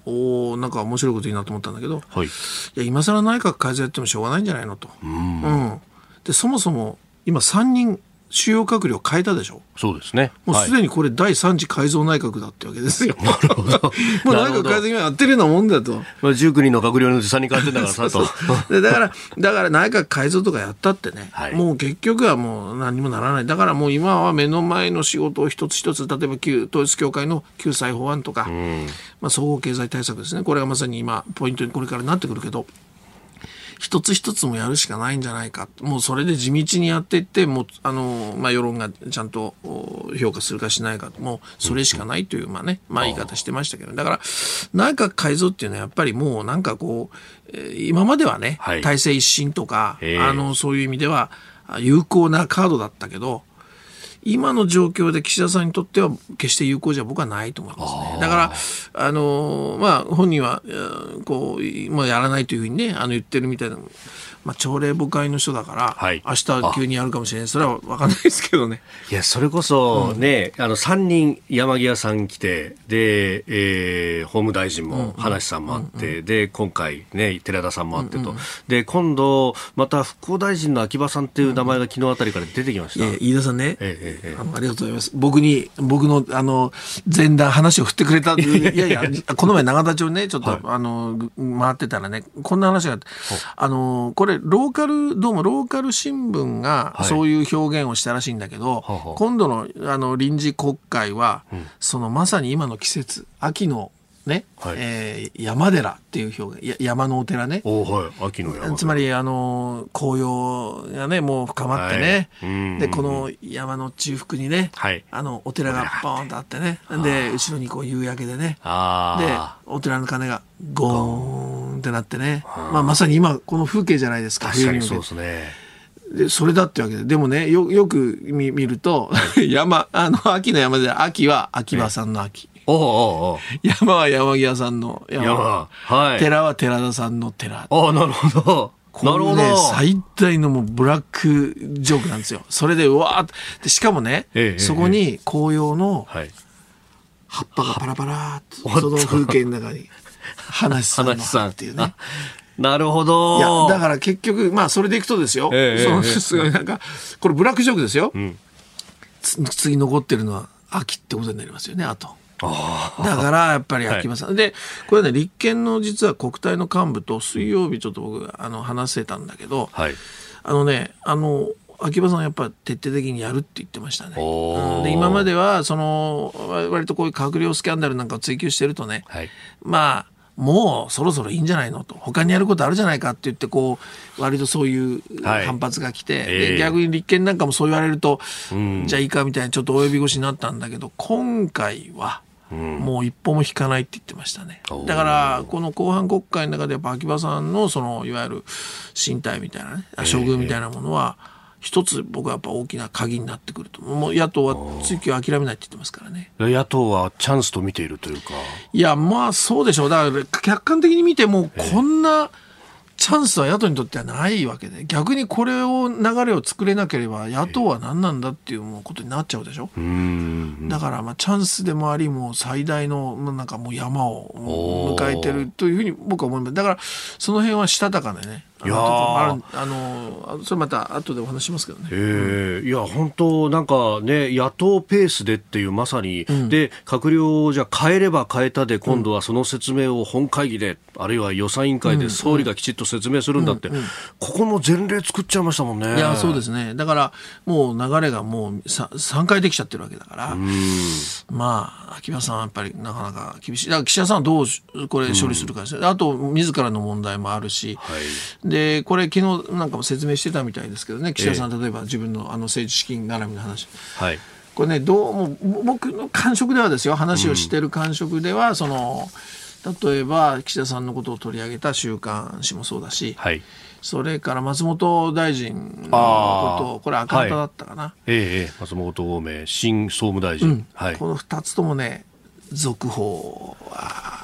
おーなんか面白いこといいなと思ったんだけど、 はい、いや今更内閣改造やってもしょうがないんじゃないのと、 うん、 うん、でそもそも今さんにん主要閣僚変えたでしょ。 そうですね。 もうすでにこれだいさん次改造内閣だってわけですよ。 なるほど。もう内閣改造今やってるようなもんだと。 まあ、じゅうきゅうにんの閣僚のうちさんにん変わってんだからさと。 でだからだから内閣改造とかやったってね、 はい、 もう結局はもう何にもならない。だからもう今は目の前の仕事を一つ一つ、例えば旧統一教会の救済法案とか、うんまあ、総合経済対策ですね。これがまさに今ポイントにこれからなってくるけど、一つ一つもやるしかないんじゃないか。もうそれで地道にやっていって、もうあの、まあ、世論がちゃんと評価するかしないか、もうそれしかないという、まあね、まあ言い方してましたけど、だから内閣改造っていうのはやっぱりもうなんかこう、今まではね、はい、体制一新とか、あの、そういう意味では有効なカードだったけど、今の状況で岸田さんにとっては決して有効じゃ僕はないと思いますね。だからあのまあ本人はこうもうやらないというふうにねあの言ってるみたいな、まあ、朝令暮改の人だから、はい、明日急にやるかもしれない。それは分かんないですけどね。 いやそれこそね、うん、あのさんにん山際さん来てで、えー、法務大臣も葉梨さんもあって、うんうん、で今回ね寺田さんもあってと、うんうん、で今度また復興大臣の秋葉さんっていう名前が昨日あたりから出てきました。 いや飯田さんね、 ええええ、 あのありがとうございます。僕に僕のあの前段話を振ってくれた。いやいやこの前永田町ねちょっと、はい、あの回ってたらねこんな話があって、あのこれローカルどうもローカル新聞がそういう表現をしたらしいんだけど、はい、今度のあの臨時国会は、うん、そのまさに今の季節秋のねはいえー、山寺っていう表現、山のお寺ね。 お、はい、秋の山寺。 つまりあの紅葉がねもう深まってね、はい、でこの山の中腹にね、はい、あのお寺がポーンとあってね、で後ろにこう夕焼けでね、あでお寺の鐘がゴーンってなってね、まあ、まさに今この風景じゃないですか。 確かにそうですね。 でそれだってわけで、でもね よ, よく 見, 見ると山あの秋の山で秋は秋葉さんの秋、 おうおうおう山は山際さんの山、 山、はい、 寺は寺田さんの寺。 ああなるほど。 これね最大のもうブラックジョークなんですよ。それでうわーってしかもね、ええ、そこに紅葉の葉っぱがパラパラっとその風景の中に葉梨さんの葉っていうね。 なるほど。 いやだから結局まあそれでいくとですよ、ええ、そのすごいなんかこれブラックジョークですよ、うん、次残ってるのは秋ってことになりますよね。あとだからやっぱり秋葉さん、はい、でこれね立憲の実は国対の幹部と水曜日ちょっと僕あの話せたんだけど、はい、あのねあの秋葉さんやっぱ徹底的にやるって言ってましたね、うん、で今まではその割とこういう閣僚スキャンダルなんかを追及してるとね、はい、まあもうそろそろいいんじゃないのと他にやることあるじゃないかって言ってこう割とそういう反発が来て、はいで逆に立憲なんかもそう言われると、うん、じゃあいいかみたいなちょっと及び腰になったんだけど今回はうん、もう一歩も引かないって言ってましたね。だからこの後半国会の中でやっぱ秋葉さんのそのいわゆる身体みたいなね処遇みたいなものは一つ僕はやっぱ大きな鍵になってくると。もう野党は追及を諦めないって言ってますからね。 野党はチャンスと見ているというか。 いやまあそうでしょう。だから客観的に見てもこんなチャンスは野党にとってはないわけで逆にこれを流れを作れなければ野党は何なんだっていうことになっちゃうでしょ。うんだからまあチャンスでもありもう最大のなんかもう山を迎えてるというふうに僕は思います。だからその辺はしたたかでねいやああのそれまた後でお話しますけどね、 えー、いや本当なんかね野党ペースでっていうまさに、うん、で閣僚じゃ変えれば変えたで今度はその説明を本会議で、うん、あるいは予算委員会で総理がきちっと説明するんだって、うんうん、ここも前例作っちゃいましたもんね。 いやそうですね。だからもう流れがもうさんかいできちゃってるわけだから、うん、まあ秋葉さんはやっぱりなかなか厳しい。だから岸田さんはどうこれ処理するかですね、うん、あと自らの問題もあるし、はいでこれ昨日なんかも説明してたみたいですけどね岸田さん、えー、例えば自分のあの政治資金絡みの話、はい、これねどうも僕の感触ではですよ話をしてる感触では、うん、その例えば岸田さんのことを取り上げた週刊誌もそうだし、はい、それから松本大臣のことこれ赤旗だったかな、はいえー、松本大明新総務大臣、うんはい、 このふたつともね続報は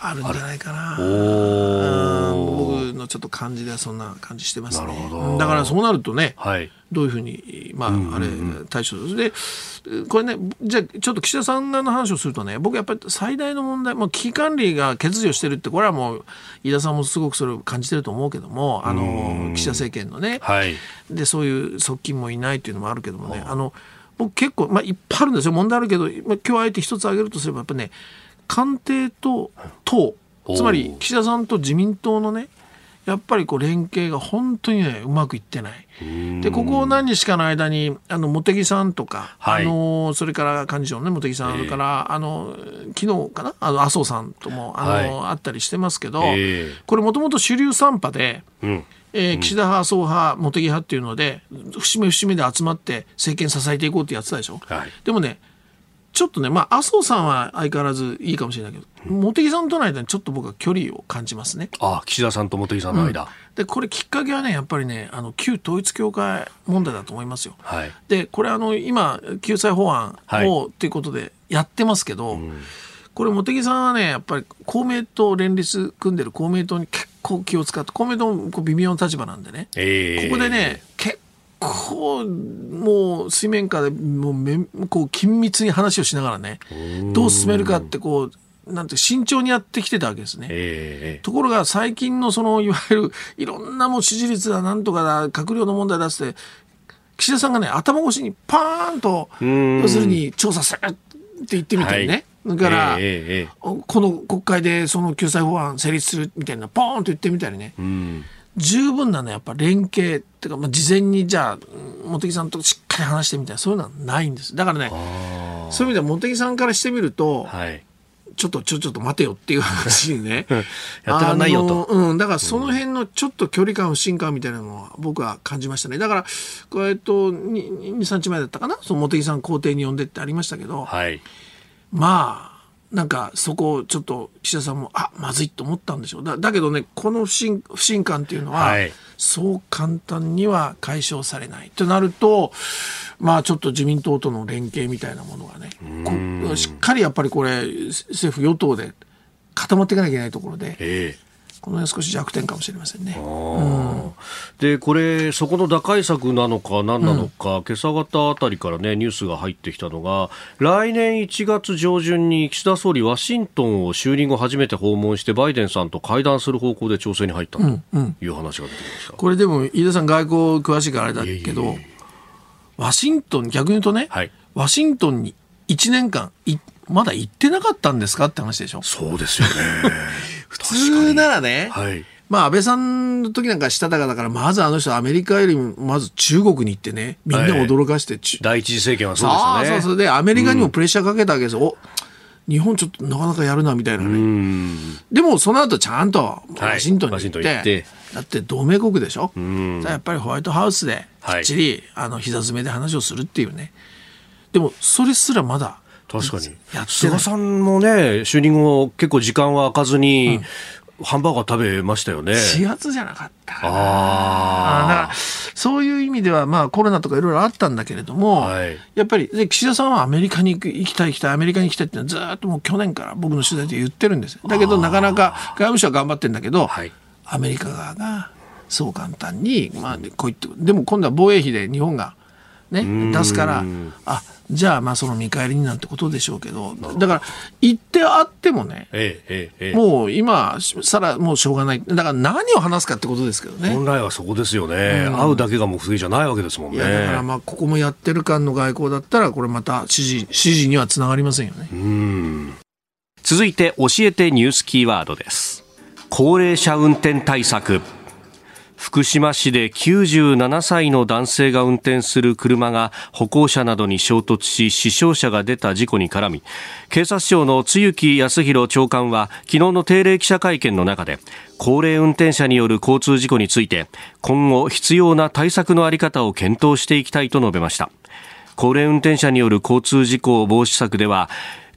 あるんじゃないかな。僕のちょっと感じではそんな感じしてますね。なるほど。だからそうなるとね、はい、どういうふうに、まあ、あれ対処でこれね、じゃあちょっと岸田さんの話をするとね、僕やっぱり最大の問題、もう危機管理が欠如してるって、これはもう飯田さんもすごくそれを感じてると思うけども、あの岸田政権のね、はい、でそういう側近もいないっていうのもあるけどもね、あの僕結構、まあ、いっぱいあるんですよ、問題あるけど、まあ、今日あえて一つ挙げるとすればやっぱね、官邸と党、つまり岸田さんと自民党のね、やっぱりこう連携が本当にねうまくいってない。でここ何日かの間にあの茂木さんとか、はい、あのそれから幹事長の、ね、茂木さん、それからあの昨日かな、あの麻生さんともあの、はい、あったりしてますけど、えー、これもともと主流三派で、うんえー、岸田派、麻生派、茂木派っていうので節目節目で集まって政権支えていこうってやってたでしょ、はい、でもねちょっとね、まあ、麻生さんは相変わらずいいかもしれないけど、茂木さんとの間にちょっと僕は距離を感じますね。 ああ、岸田さんと茂木さんの間、うん、 でこれきっかけはねやっぱりね、あの旧統一教会問題だと思いますよ、はい、でこれあの今救済法案をということでやってますけど、はい、うん、これ茂木さんはねやっぱり公明党連立組んでる公明党に結構気を使って、公明党も微妙な立場なんでね、えー、ここでね結構こうもう水面下でもうめこう緊密に話をしながらね、どう進めるかってこうなんて慎重にやってきてたわけですね、えー、ところが最近のそのいわゆるいろんなもう支持率だなんとかだ閣僚の問題出して岸田さんがね頭越しにパーンと要するに調査するって言ってみたりね、はい、だから、えー、この国会でその救済法案成立するみたいなポーンと言ってみたりね、うん、十分なねやっぱ連携っていうか、まあ、事前にじゃあ茂木さんとしっかり話してみたいなそういうのはないんです。だからねそういう意味では茂木さんからしてみると、はい、ちょっとちょちょっと待てよっていう話にねやってらんないよと、 うん、だからその辺のちょっと距離感不信感みたいなのは僕は感じましたね。だからこうやってにさんにちまえだったかな、その茂木さん公邸に呼んでってありましたけど、はい、まあなんかそこをちょっと岸田さんもあまずいと思ったんでしょう。 だ, だけどねこの不信、不信感っていうのは、はい、そう簡単には解消されないとなると、まあちょっと自民党との連携みたいなものがねこしっかりやっぱりこれ政府与党で固まっていかなきゃいけないところで、えーこの辺少し弱点かもしれませんね。 うん、でこれそこの打開策なのか何なのか、うん、今朝方あたりからねニュースが入ってきたのが、来年いちがつ上旬に岸田総理ワシントンを就任後初めて訪問してバイデンさんと会談する方向で調整に入ったという話が出てきました、うんうん、 これでも飯田さん外交詳しいからあれだけど、いえいえいえワシントン逆に言うとね、はい、ワシントンにいちねんかんいまだ行ってなかったんですかって話でしょ。 そうですよね普通ならね、はい、まあ安倍さんの時なんかしたたかだから、まずあの人アメリカよりもまず中国に行ってねみんな驚かして、はい、 第一次政権はそうですよね。 そうそうでアメリカにもプレッシャーかけたわけですよ、うん、お日本ちょっとなかなかやるなみたいなね。うんでもその後ちゃんとワシントンに行って、はい、行ってだって同盟国でしょ。うんやっぱりホワイトハウスできっちり、はい、あの膝詰めで話をするっていうね。でもそれすらまだ確かに菅さんもね就任後結構時間は空かずに、うん、ハンバーガー食べましたよね。 しがつじゃなかったかな。あだからそういう意味では、まあ、コロナとかいろいろあったんだけれども、はい、やっぱりで岸田さんはアメリカに行く行きたい行きたいアメリカに行きたいってのはずっともう去年から僕の取材で言ってるんですよ。だけどなかなか外務省は頑張ってるんだけど、はい、アメリカ側がそう簡単に、まあ、こう言ってでも今度は防衛費で日本が、ね、出すからあじゃあまあその見返りになんてことでしょうけど、だから言ってあってもね、ええええ、もう今さらもうしょうがない。だから何を話すかってことですけどね。 本来はそこですよね、うん、会うだけが目的じゃないわけですもんね。いやだからまあここもやってる間の外交だったらこれまた支持支持にはつながりませんよね。 うん続いて教えてニュースキーワードです。高齢者運転対策。福島市できゅうじゅうななさいの男性が運転する車が歩行者などに衝突し死傷者が出た事故に絡み、警察庁の露木康弘長官は昨日の定例記者会見の中で、高齢運転者による交通事故について今後必要な対策の在り方を検討していきたいと述べました。高齢運転者による交通事故防止策では、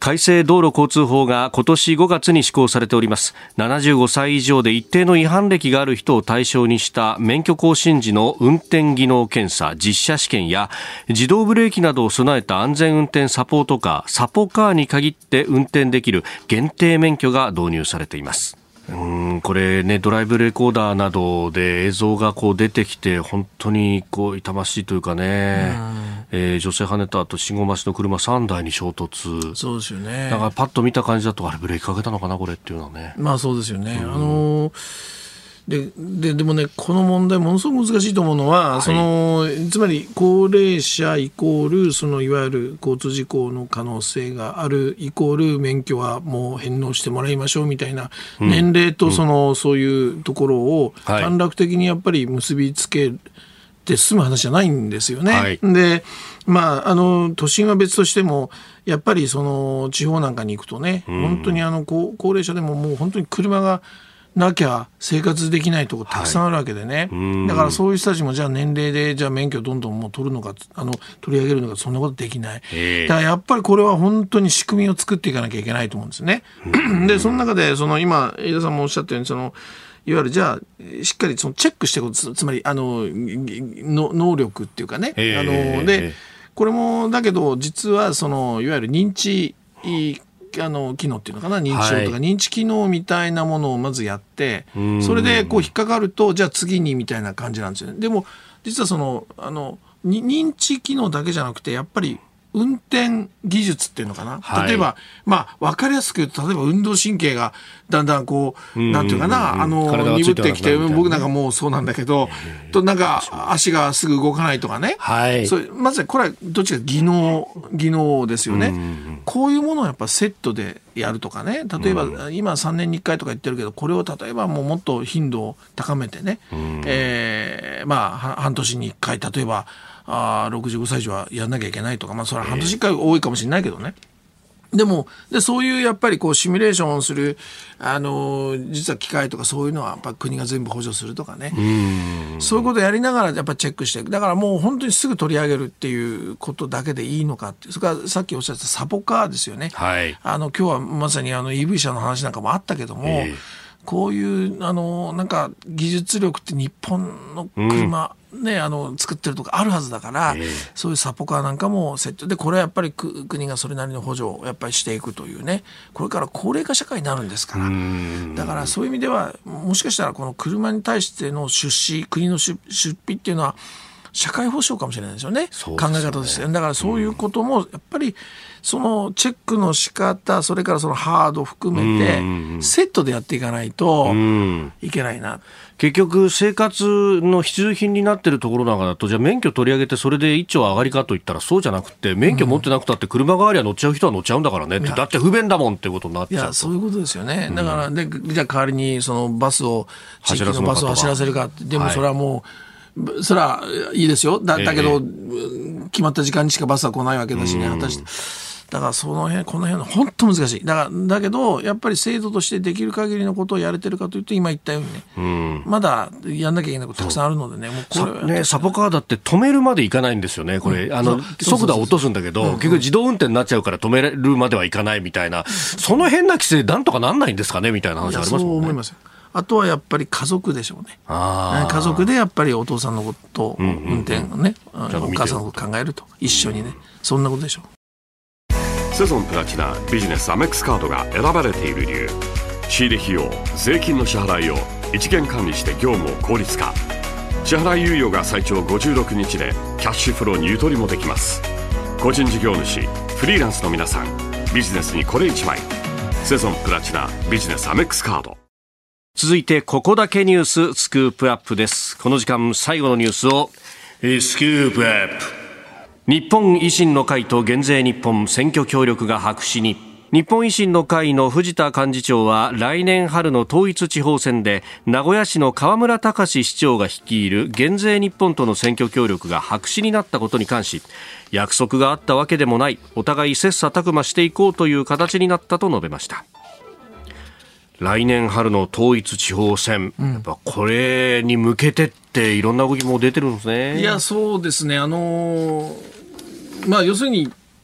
改正道路交通法が今年ごがつに施行されております。ななじゅうごさい以上で一定の違反歴がある人を対象にした免許更新時の運転技能検査、実車試験や自動ブレーキなどを備えた安全運転サポートカー、サポカーに限って運転できる限定免許が導入されています。うーんこれね、ドライブレコーダーなどで映像がこう出てきて本当にこう痛ましいというかね、えー、女性跳ねた後信号待ちの車さんだいに衝突。 そうですよね。 だからパッと見た感じだとあれブレーキかけたのかなこれっていうのはね。 まあそうですよね。あのーで, で, でもね、この問題ものすごく難しいと思うのは、はい、そのつまり高齢者イコールそのいわゆる交通事故の可能性があるイコール免許はもう返納してもらいましょうみたいな、うん、年齢とその、うん、そういうところを短絡的にやっぱり結びつけて済む話じゃないんですよね。はい、でまあ、あの都心は別としてもやっぱりその地方なんかに行くとね、うん、本当にあの 高, 高齢者でももう本当に車がなきゃ生活できないところたくさんあるわけでね、はい、だからそういう人たちもじゃあ年齢でじゃあ免許どんどんもう取るのかあの取り上げるのかそんなことできない。だからやっぱりこれは本当に仕組みを作っていかなきゃいけないと思うんですね。でその中でその今飯田さんもおっしゃったようにそのいわゆるじゃあしっかりそのチェックしていくこと つ, つまりあのの能力っていうかね、あのでこれもだけど実はそのいわゆる認知あの機能っていうのかな、認知症とか認知機能みたいなものをまずやって、はい、それでこう引っかかるとじゃあ次にみたいな感じなんですよね。でも実はそのあの認知機能だけじゃなくてやっぱり運転技術っていうのかな、はい、例えば、まあ、分かりやすく言うと例えば運動神経がだんだんこうなんていうかな、あの鈍ってきて僕なんかもうそうなんだけどとなんか足がすぐ動かないとかね、はい、それまずこれはどっちか技能技能ですよね。こういうものをやっぱセットでやるとかね、例えば今さんねんにいっかいとか言ってるけどこれを例えばもうもっと頻度を高めてね、えー、まあ半年にいっかい例えばあろくじゅうごさい以上はやんなきゃいけないとか、まあ、それは半年いっかい多いかもしれないけどね。でもでそういうやっぱりこうシミュレーションをする、あのー、実は機械とかそういうのはやっぱ国が全部補助するとかね、うんそういうことをやりながらやっぱチェックしていく。だからもう本当にすぐ取り上げるっていうことだけでいいのかっていう。それからさっきおっしゃったサポカーですよね、はい、あの今日はまさにあの イーブイ 車の話なんかもあったけども、えー、こういうあのなんか技術力って日本の車、うんね、あの作ってるとかあるはずだから、えー、そういうサポカーなんかもセットでこれはやっぱり国がそれなりの補助をやっぱりしていくというね、これから高齢化社会になるんですから、だからそういう意味ではもしかしたらこの車に対しての出資国の出費っていうのは社会保障かもしれないですよね、考え方として。だからそういうこともやっぱりそのチェックの仕方、それからそのハード含めてセットでやっていかないといけないな。 結局生活の必需品になっているところなんかだとじゃあ免許取り上げてそれで一丁上がりかといったらそうじゃなくて、免許持ってなくたって車代わりは乗っちゃう人は乗っちゃうんだからねって、だって不便だもんってことになっちゃう。 いやそういうことですよね。だからでじゃあ代わりにそのバスを地域のバスを走らせるかって、でもそれはもう、はい、それはいいですよ。 だ, だけど、えー、決まった時間にしかバスは来ないわけだしね、果たしてだからその辺この辺の本当難しい。だからだけどやっぱり制度としてできる限りのことをやれてるかというと今言ったようにね、うん、まだやんなきゃいけないことたくさんあるのでね、もうこれねサポカーだって止めるまでいかないんですよねこれ、うん、あの速度は落とすんだけど、うん、結局自動運転になっちゃうから止めるまではいかないみたいな、その変な規制なんとかなんないんですかねみたいな話ありますもんね。 そう思いますよ。あとはやっぱり家族でしょうね。あ家族でやっぱりお父さんのことを、うんうんうん、運転をね、お母さんのことを考えると一緒にね、そんなことでしょう。 セゾンプラチナビジネスアメックスカードが選ばれている理由、仕入れ費用税金の支払いを一元管理して業務を効率化、支払い猶予が最長ごじゅうろくにちでキャッシュフローにゆとりもできます。個人事業主フリーランスの皆さん、ビジネスにこれいちまい、セゾンプラチナビジネスアメックスカード。 続いてここだけニューススクープアップです。この時間最後のニュースをスクープアップ。日本維新の会と減税日本選挙協力が白紙に。日本維新の会の藤田幹事長は来年春の統一地方選で名古屋市の河村たかし市長が率いる減税日本との選挙協力が白紙になったことに関し、約束があったわけでもない、お互い切磋琢磨していこうという形になったと述べました。来年春の統一地方選、うん、やっぱこれに向けてっていろんな動きも出てるんですね。 いやそうですね、あのー、まあ要するに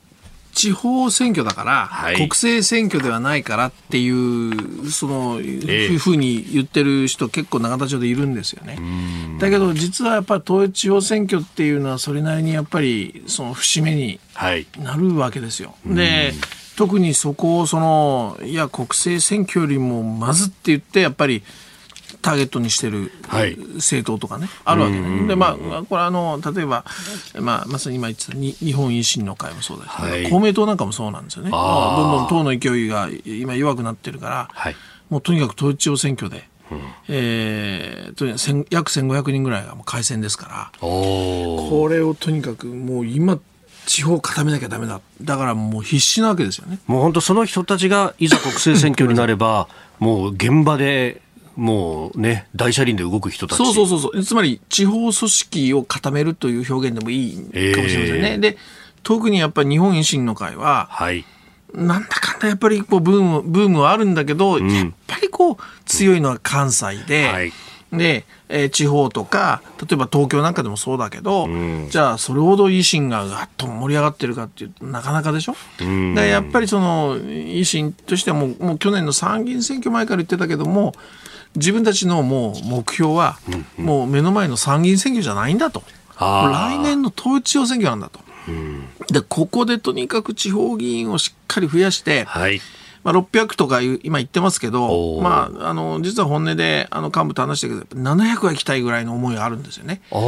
地方選挙だから、 はい、 国政選挙ではないからっていうその、えー、ふうに言ってる人結構永田町でいるんですよね。だけど実はやっぱり統一地方選挙っていうのはそれなりにやっぱりその節目になるわけですよ。はい、で特にそこをそのいや国政選挙よりもまずって言ってやっぱりターゲットにしてる政党とかね、はい、あるわけね。で、まあ、これあの例えば、まあ、まさに今言ってたに日本維新の会もそうだけど、はい、公明党なんかもそうなんですよね。どんどん党の勢いが今弱くなってるから、はい、もうとにかく統一地方選挙で、うんえー、とにかく約せんごひゃくにんぐらいがもう改選ですから、これをとにかくもう今地方を固めなきゃダメだ。だからもう必死なわけですよね。 もう本当その人たちがいざ国政選挙になればもう現場でもうね大車輪で動く人たち。 そうそうそうそうつまり地方組織を固めるという表現でもいいかもしれませんね。えー、で特にやっぱり日本維新の会は、はい、なんだかんだやっぱりこうブームブームはあるんだけど、うん、やっぱりこう強いのは関西で、うんはいでえー、地方とか例えば東京なんかでもそうだけど、うん、じゃあそれほど維新がガッと盛り上がってるかっていうとなかなかでしょ。うん、だからやっぱりその維新としてはもう、もう去年の参議院選挙前から言ってたけども自分たちのもう目標はもう目の前の参議院選挙じゃないんだと、うん、来年の統一地方選挙なんだと、うん、でここでとにかく地方議員をしっかり増やして、はいまあ、ろっぴゃくとか今言ってますけど、まあ、あの実は本音であの幹部と話してるけどななひゃくは行きたいぐらいの思いがあるんですよね。うん、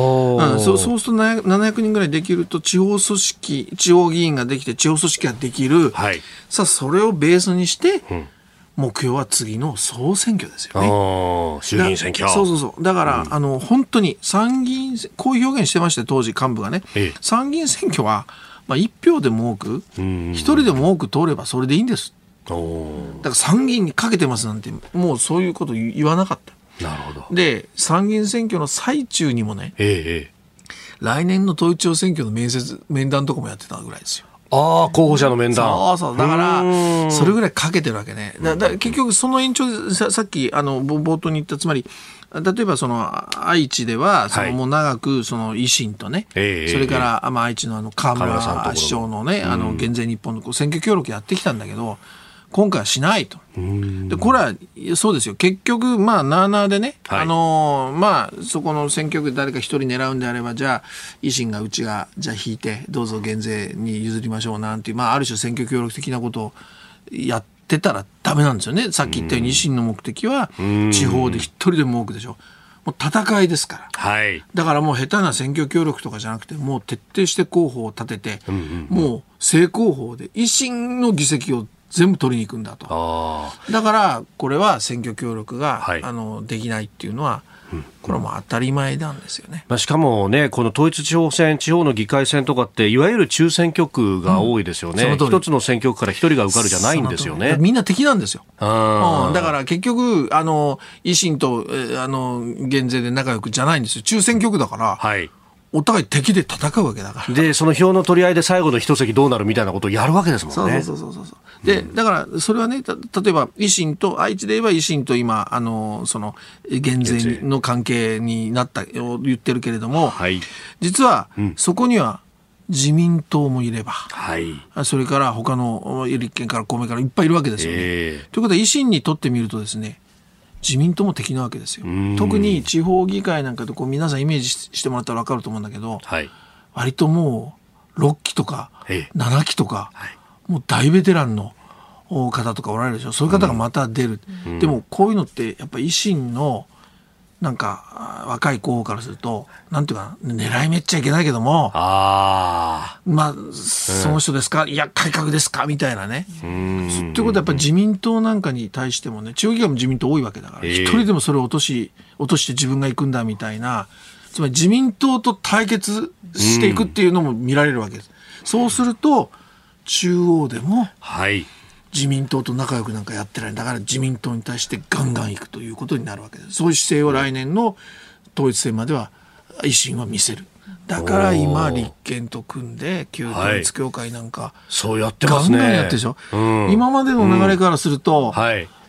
そう、そうするとななひゃくにんぐらいできると地方組織地方議員ができて地方組織ができる、はい、さあそれをベースにして、うん目標は次の総選挙ですよね。 衆議院選挙。 そうそうそう。だから、うん、あの本当に参議院こういう表現してまして当時幹部がね、ええ、参議院選挙は、まあ、いち票でも多くひとりでも多く通ればそれでいいんです。おだから参議院にかけてますなんてもうそういうこと言わなかった。 なるほど。 で参議院選挙の最中にもね、ええ、来年の統一地方選挙の面接面談とかもやってたぐらいですよ。 ああ候補者の面談。 そうそうだからそれぐらいかけてるわけね。だだ結局その延長で さ, さっきあの冒頭に言ったつまり例えばその愛知ではそのもう長くその維新とね、はい、それから、えー、まあ、愛知のあの河村市長のねあの減税日本の選挙協力やってきたんだけど今回はしないと。でこれはそうですよ結局まあなあなあでね、はい、あのー、まあそこの選挙区で誰か一人狙うんであればじゃあ維新がうちがじゃあ引いてどうぞ減税に譲りましょうなんていう、まあ、ある種選挙協力的なことをやってたらダメなんですよね。さっき言ったように維新の目的は地方で一人でも多くでしょ。もう戦いですから、はい、だからもう下手な選挙協力とかじゃなくてもう徹底して候補を立てて、うんうんうん、もう正攻法で維新の議席を全部取りに行くんだと。あだからこれは選挙協力が、はい、あのできないっていうのはこれはもう当たり前なんですよね。 まあ、しかもねこの統一地方選地方の議会選とかっていわゆる中選挙区が多いですよね。一、うん、つの選挙区から一人が受かるじゃないんですよね。 みんな敵なんですよ。あ、うん、だから結局あの維新とあの減税で仲良くじゃないんですよ。中選挙区だから、はいお互い敵で戦うわけだから。 でその票の取り合いで最後の一席どうなるみたいなことをやるわけですもんね。 そうそうそうそうで、うん、だからそれはねた例えば維新と愛知で言えば維新と今あのその減税の関係になったを言ってるけれども、はい、実は、うん、そこには自民党もいれば、はい、それから他の立憲から公明からいっぱいいるわけですよね。えー、ということは維新にとってみるとですね自民党も敵なわけですよ。特に地方議会なんかでこう皆さんイメージしてもらったら分かると思うんだけど、はい、割ともうろっきとかななきとか、はい、もう大ベテランの方とかおられるでしょ。そういう方がまた出る、うん、でもこういうのってやっぱ維新のなんか若い候補からするとなんていうかな狙いめっちゃいけないけどもあまあその人ですか、うん、いや改革ですかみたいなね。ということはやっぱり自民党なんかに対してもね地方議会も自民党多いわけだから一人でもそれを落とし落として自分が行くんだみたいなつまり自民党と対決していくっていうのも見られるわけです。そうすると中央でも、はい自民党と仲良くなんかやってないんだから自民党に対してガンガンいくということになるわけです。そういう姿勢を来年の統一選までは維新は見せる。だから今立憲と組んで旧統一教会なんか、はい、 そうやってますね。 ガンガンやってるでしょ、うん、今までの流れからすると、うんはい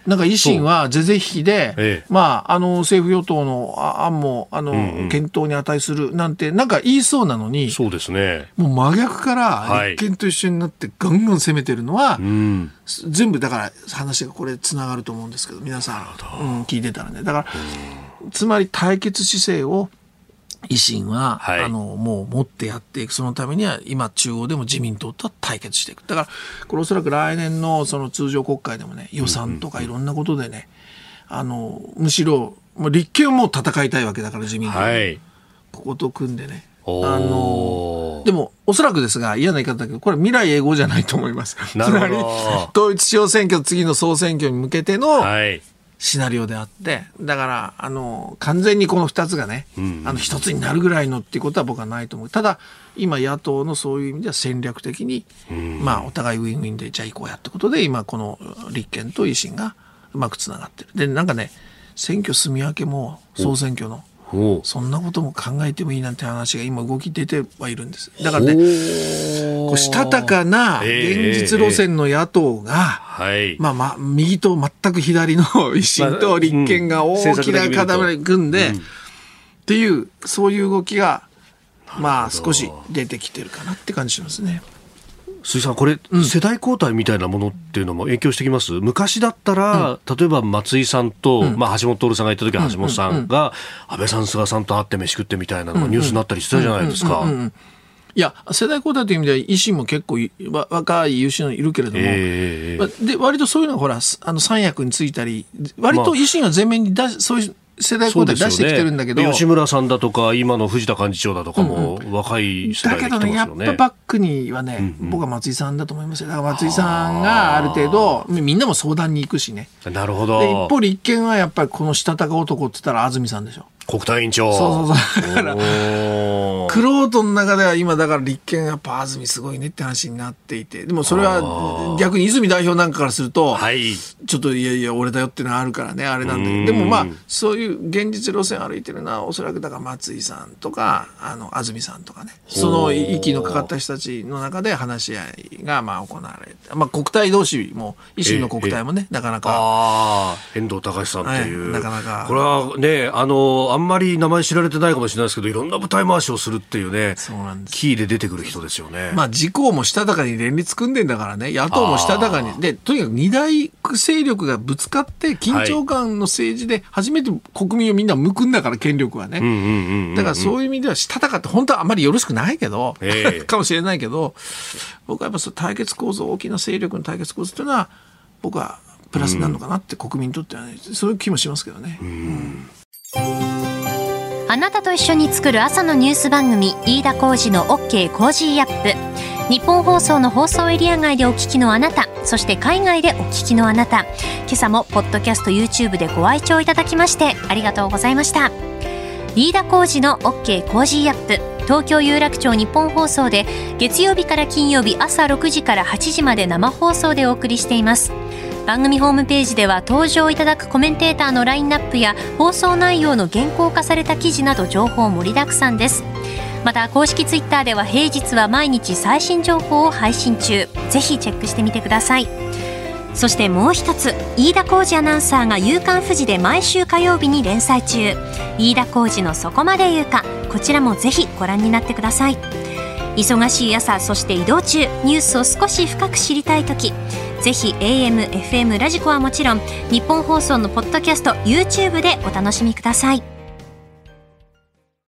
なんか維新は是々非々で、ええ、まあ、あの政府与党の案もあの、うんうん、検討に値するなんてなんか言いそうなのに、 そうですね、 もう真逆から立憲と一緒になってガンガン攻めてるのは、はい、全部だから話がこれつながると思うんですけど、皆さん、うん、聞いてたらね、だからつまり対決姿勢を維新は、はい、あのもう持ってやっていく。そのためには今中央でも自民党とは対決していく。だからこれおそらく来年のその通常国会でもね、予算とかいろんなことでね、うんうん、あのむしろもう立憲はもう戦いたいわけだから自民党、はい、ここと組んでね、あのでもおそらくですが嫌な言い方だけどこれ未来永劫じゃないと思います。つまり統一地方選挙次の総選挙に向けての、はい、シナリオであって、だからあの完全にこのふたつがね、うんうん、あのひとつになるぐらいのっていうことは僕はないと思う。ただ今野党のそういう意味では戦略的に、うん、まあお互いウィンウィンでじゃあ行こうやってことで今この立憲と維新がうまくつながってる。でなんかね、選挙住み分けも総選挙のそんなことも考えてもいいなんて話が今動き出てはいるんです。だからね、こうしたたかな現実路線の野党が、えーまあまあ、右と全く左の維新と立憲が大きな塊組んで、うん、っていうそういう動きがまあ少し出てきてるかなって感じしますね。 鈴木さん、これ、うん、世代交代みたいなものっていうのも影響してきます？昔だったら、うん、例えば松井さんと、うんまあ、橋本徹さんがいた時は橋本さんが、安倍さん菅さんと会って飯食ってみたいなのがニュースになったりしてたじゃないですか。 いや世代交代という意味では維新も結構若い優秀なのいるけれども、えー、で割とそういうのがほらあの三役についたり割と維新は前面に出し、まあ、そういう世代交代出してきてるんだけど、 ね、吉村さんだとか今の藤田幹事長だとかも若い世代で来てますよね。だけどね、 やっぱバックにはね、うんうん、僕は松井さんだと思いますよ。だから松井さんがある程度みんなも相談に行くしね。 なるほど。 で一方立憲はやっぱりこのしたたか男って言ったら安住さんでしょ。 国対委員長。 そうそうそう。だからクロートの中では今だから立憲やっぱ安住すごいねって話になっていて、でもそれは逆に泉代表なんかからすると、はい、ちょっといやいや俺だよっていうのはあるからね、あれなんだけど、でもまあそういう現実路線歩いてるのはおそらくだから松井さんとかあの安住さんとかね、その息のかかった人たちの中で話し合いがまあ行われて、まあ国対同士も維新の国対もね、なかなかあ遠藤隆さんっていう、 はい、なかなかこれはねあのあんまり名前知られてないかもしれないですけど、いろんな舞台回しをするっていうね、そうなんです。キーで出てくる人ですよね。 まあ自公もしたたかに連立組んでんだからね、野党もしたたかにで、とにかく二大勢力がぶつかって緊張感の政治で初めて国民をみんな向くんだから、権力はね。だからそういう意味ではしたたかって本当はあんまりよろしくないけど、えー、かもしれないけど、僕はやっぱその対決構造、大きな勢力の対決構造というのは僕はプラスになるのかなって、うん、国民にとってはね、そういう気もしますけどね。うんうんあなたと一緒に作る朝のニュース番組、飯田浩司の OK コージーアップ。日本放送の放送エリア外でお聞きのあなた、そして海外でお聞きのあなた、今朝もポッドキャスト YouTube でご愛聴いただきましてありがとうございました。飯田浩司の OK コージーアップ、東京有楽町日本放送で月曜日から金曜日朝ろくじからはちじまで生放送でお送りしています。番組ホームページでは登場いただくコメンテーターのラインナップや放送内容の原稿化された記事など情報盛りだくさんです。また公式ツイッターでは平日は毎日最新情報を配信中、ぜひチェックしてみてください。そしてもう一つ、飯田浩司アナウンサーが夕刊フジで毎週火曜日に連載中、飯田浩司のそこまで言うか、こちらもぜひご覧になってください。忙しい朝、そして移動中、ニュースを少し深く知りたいとき、ぜひ エーエム、エフエム ラジコはもちろん日本放送のポッドキャスト YouTube でお楽しみください。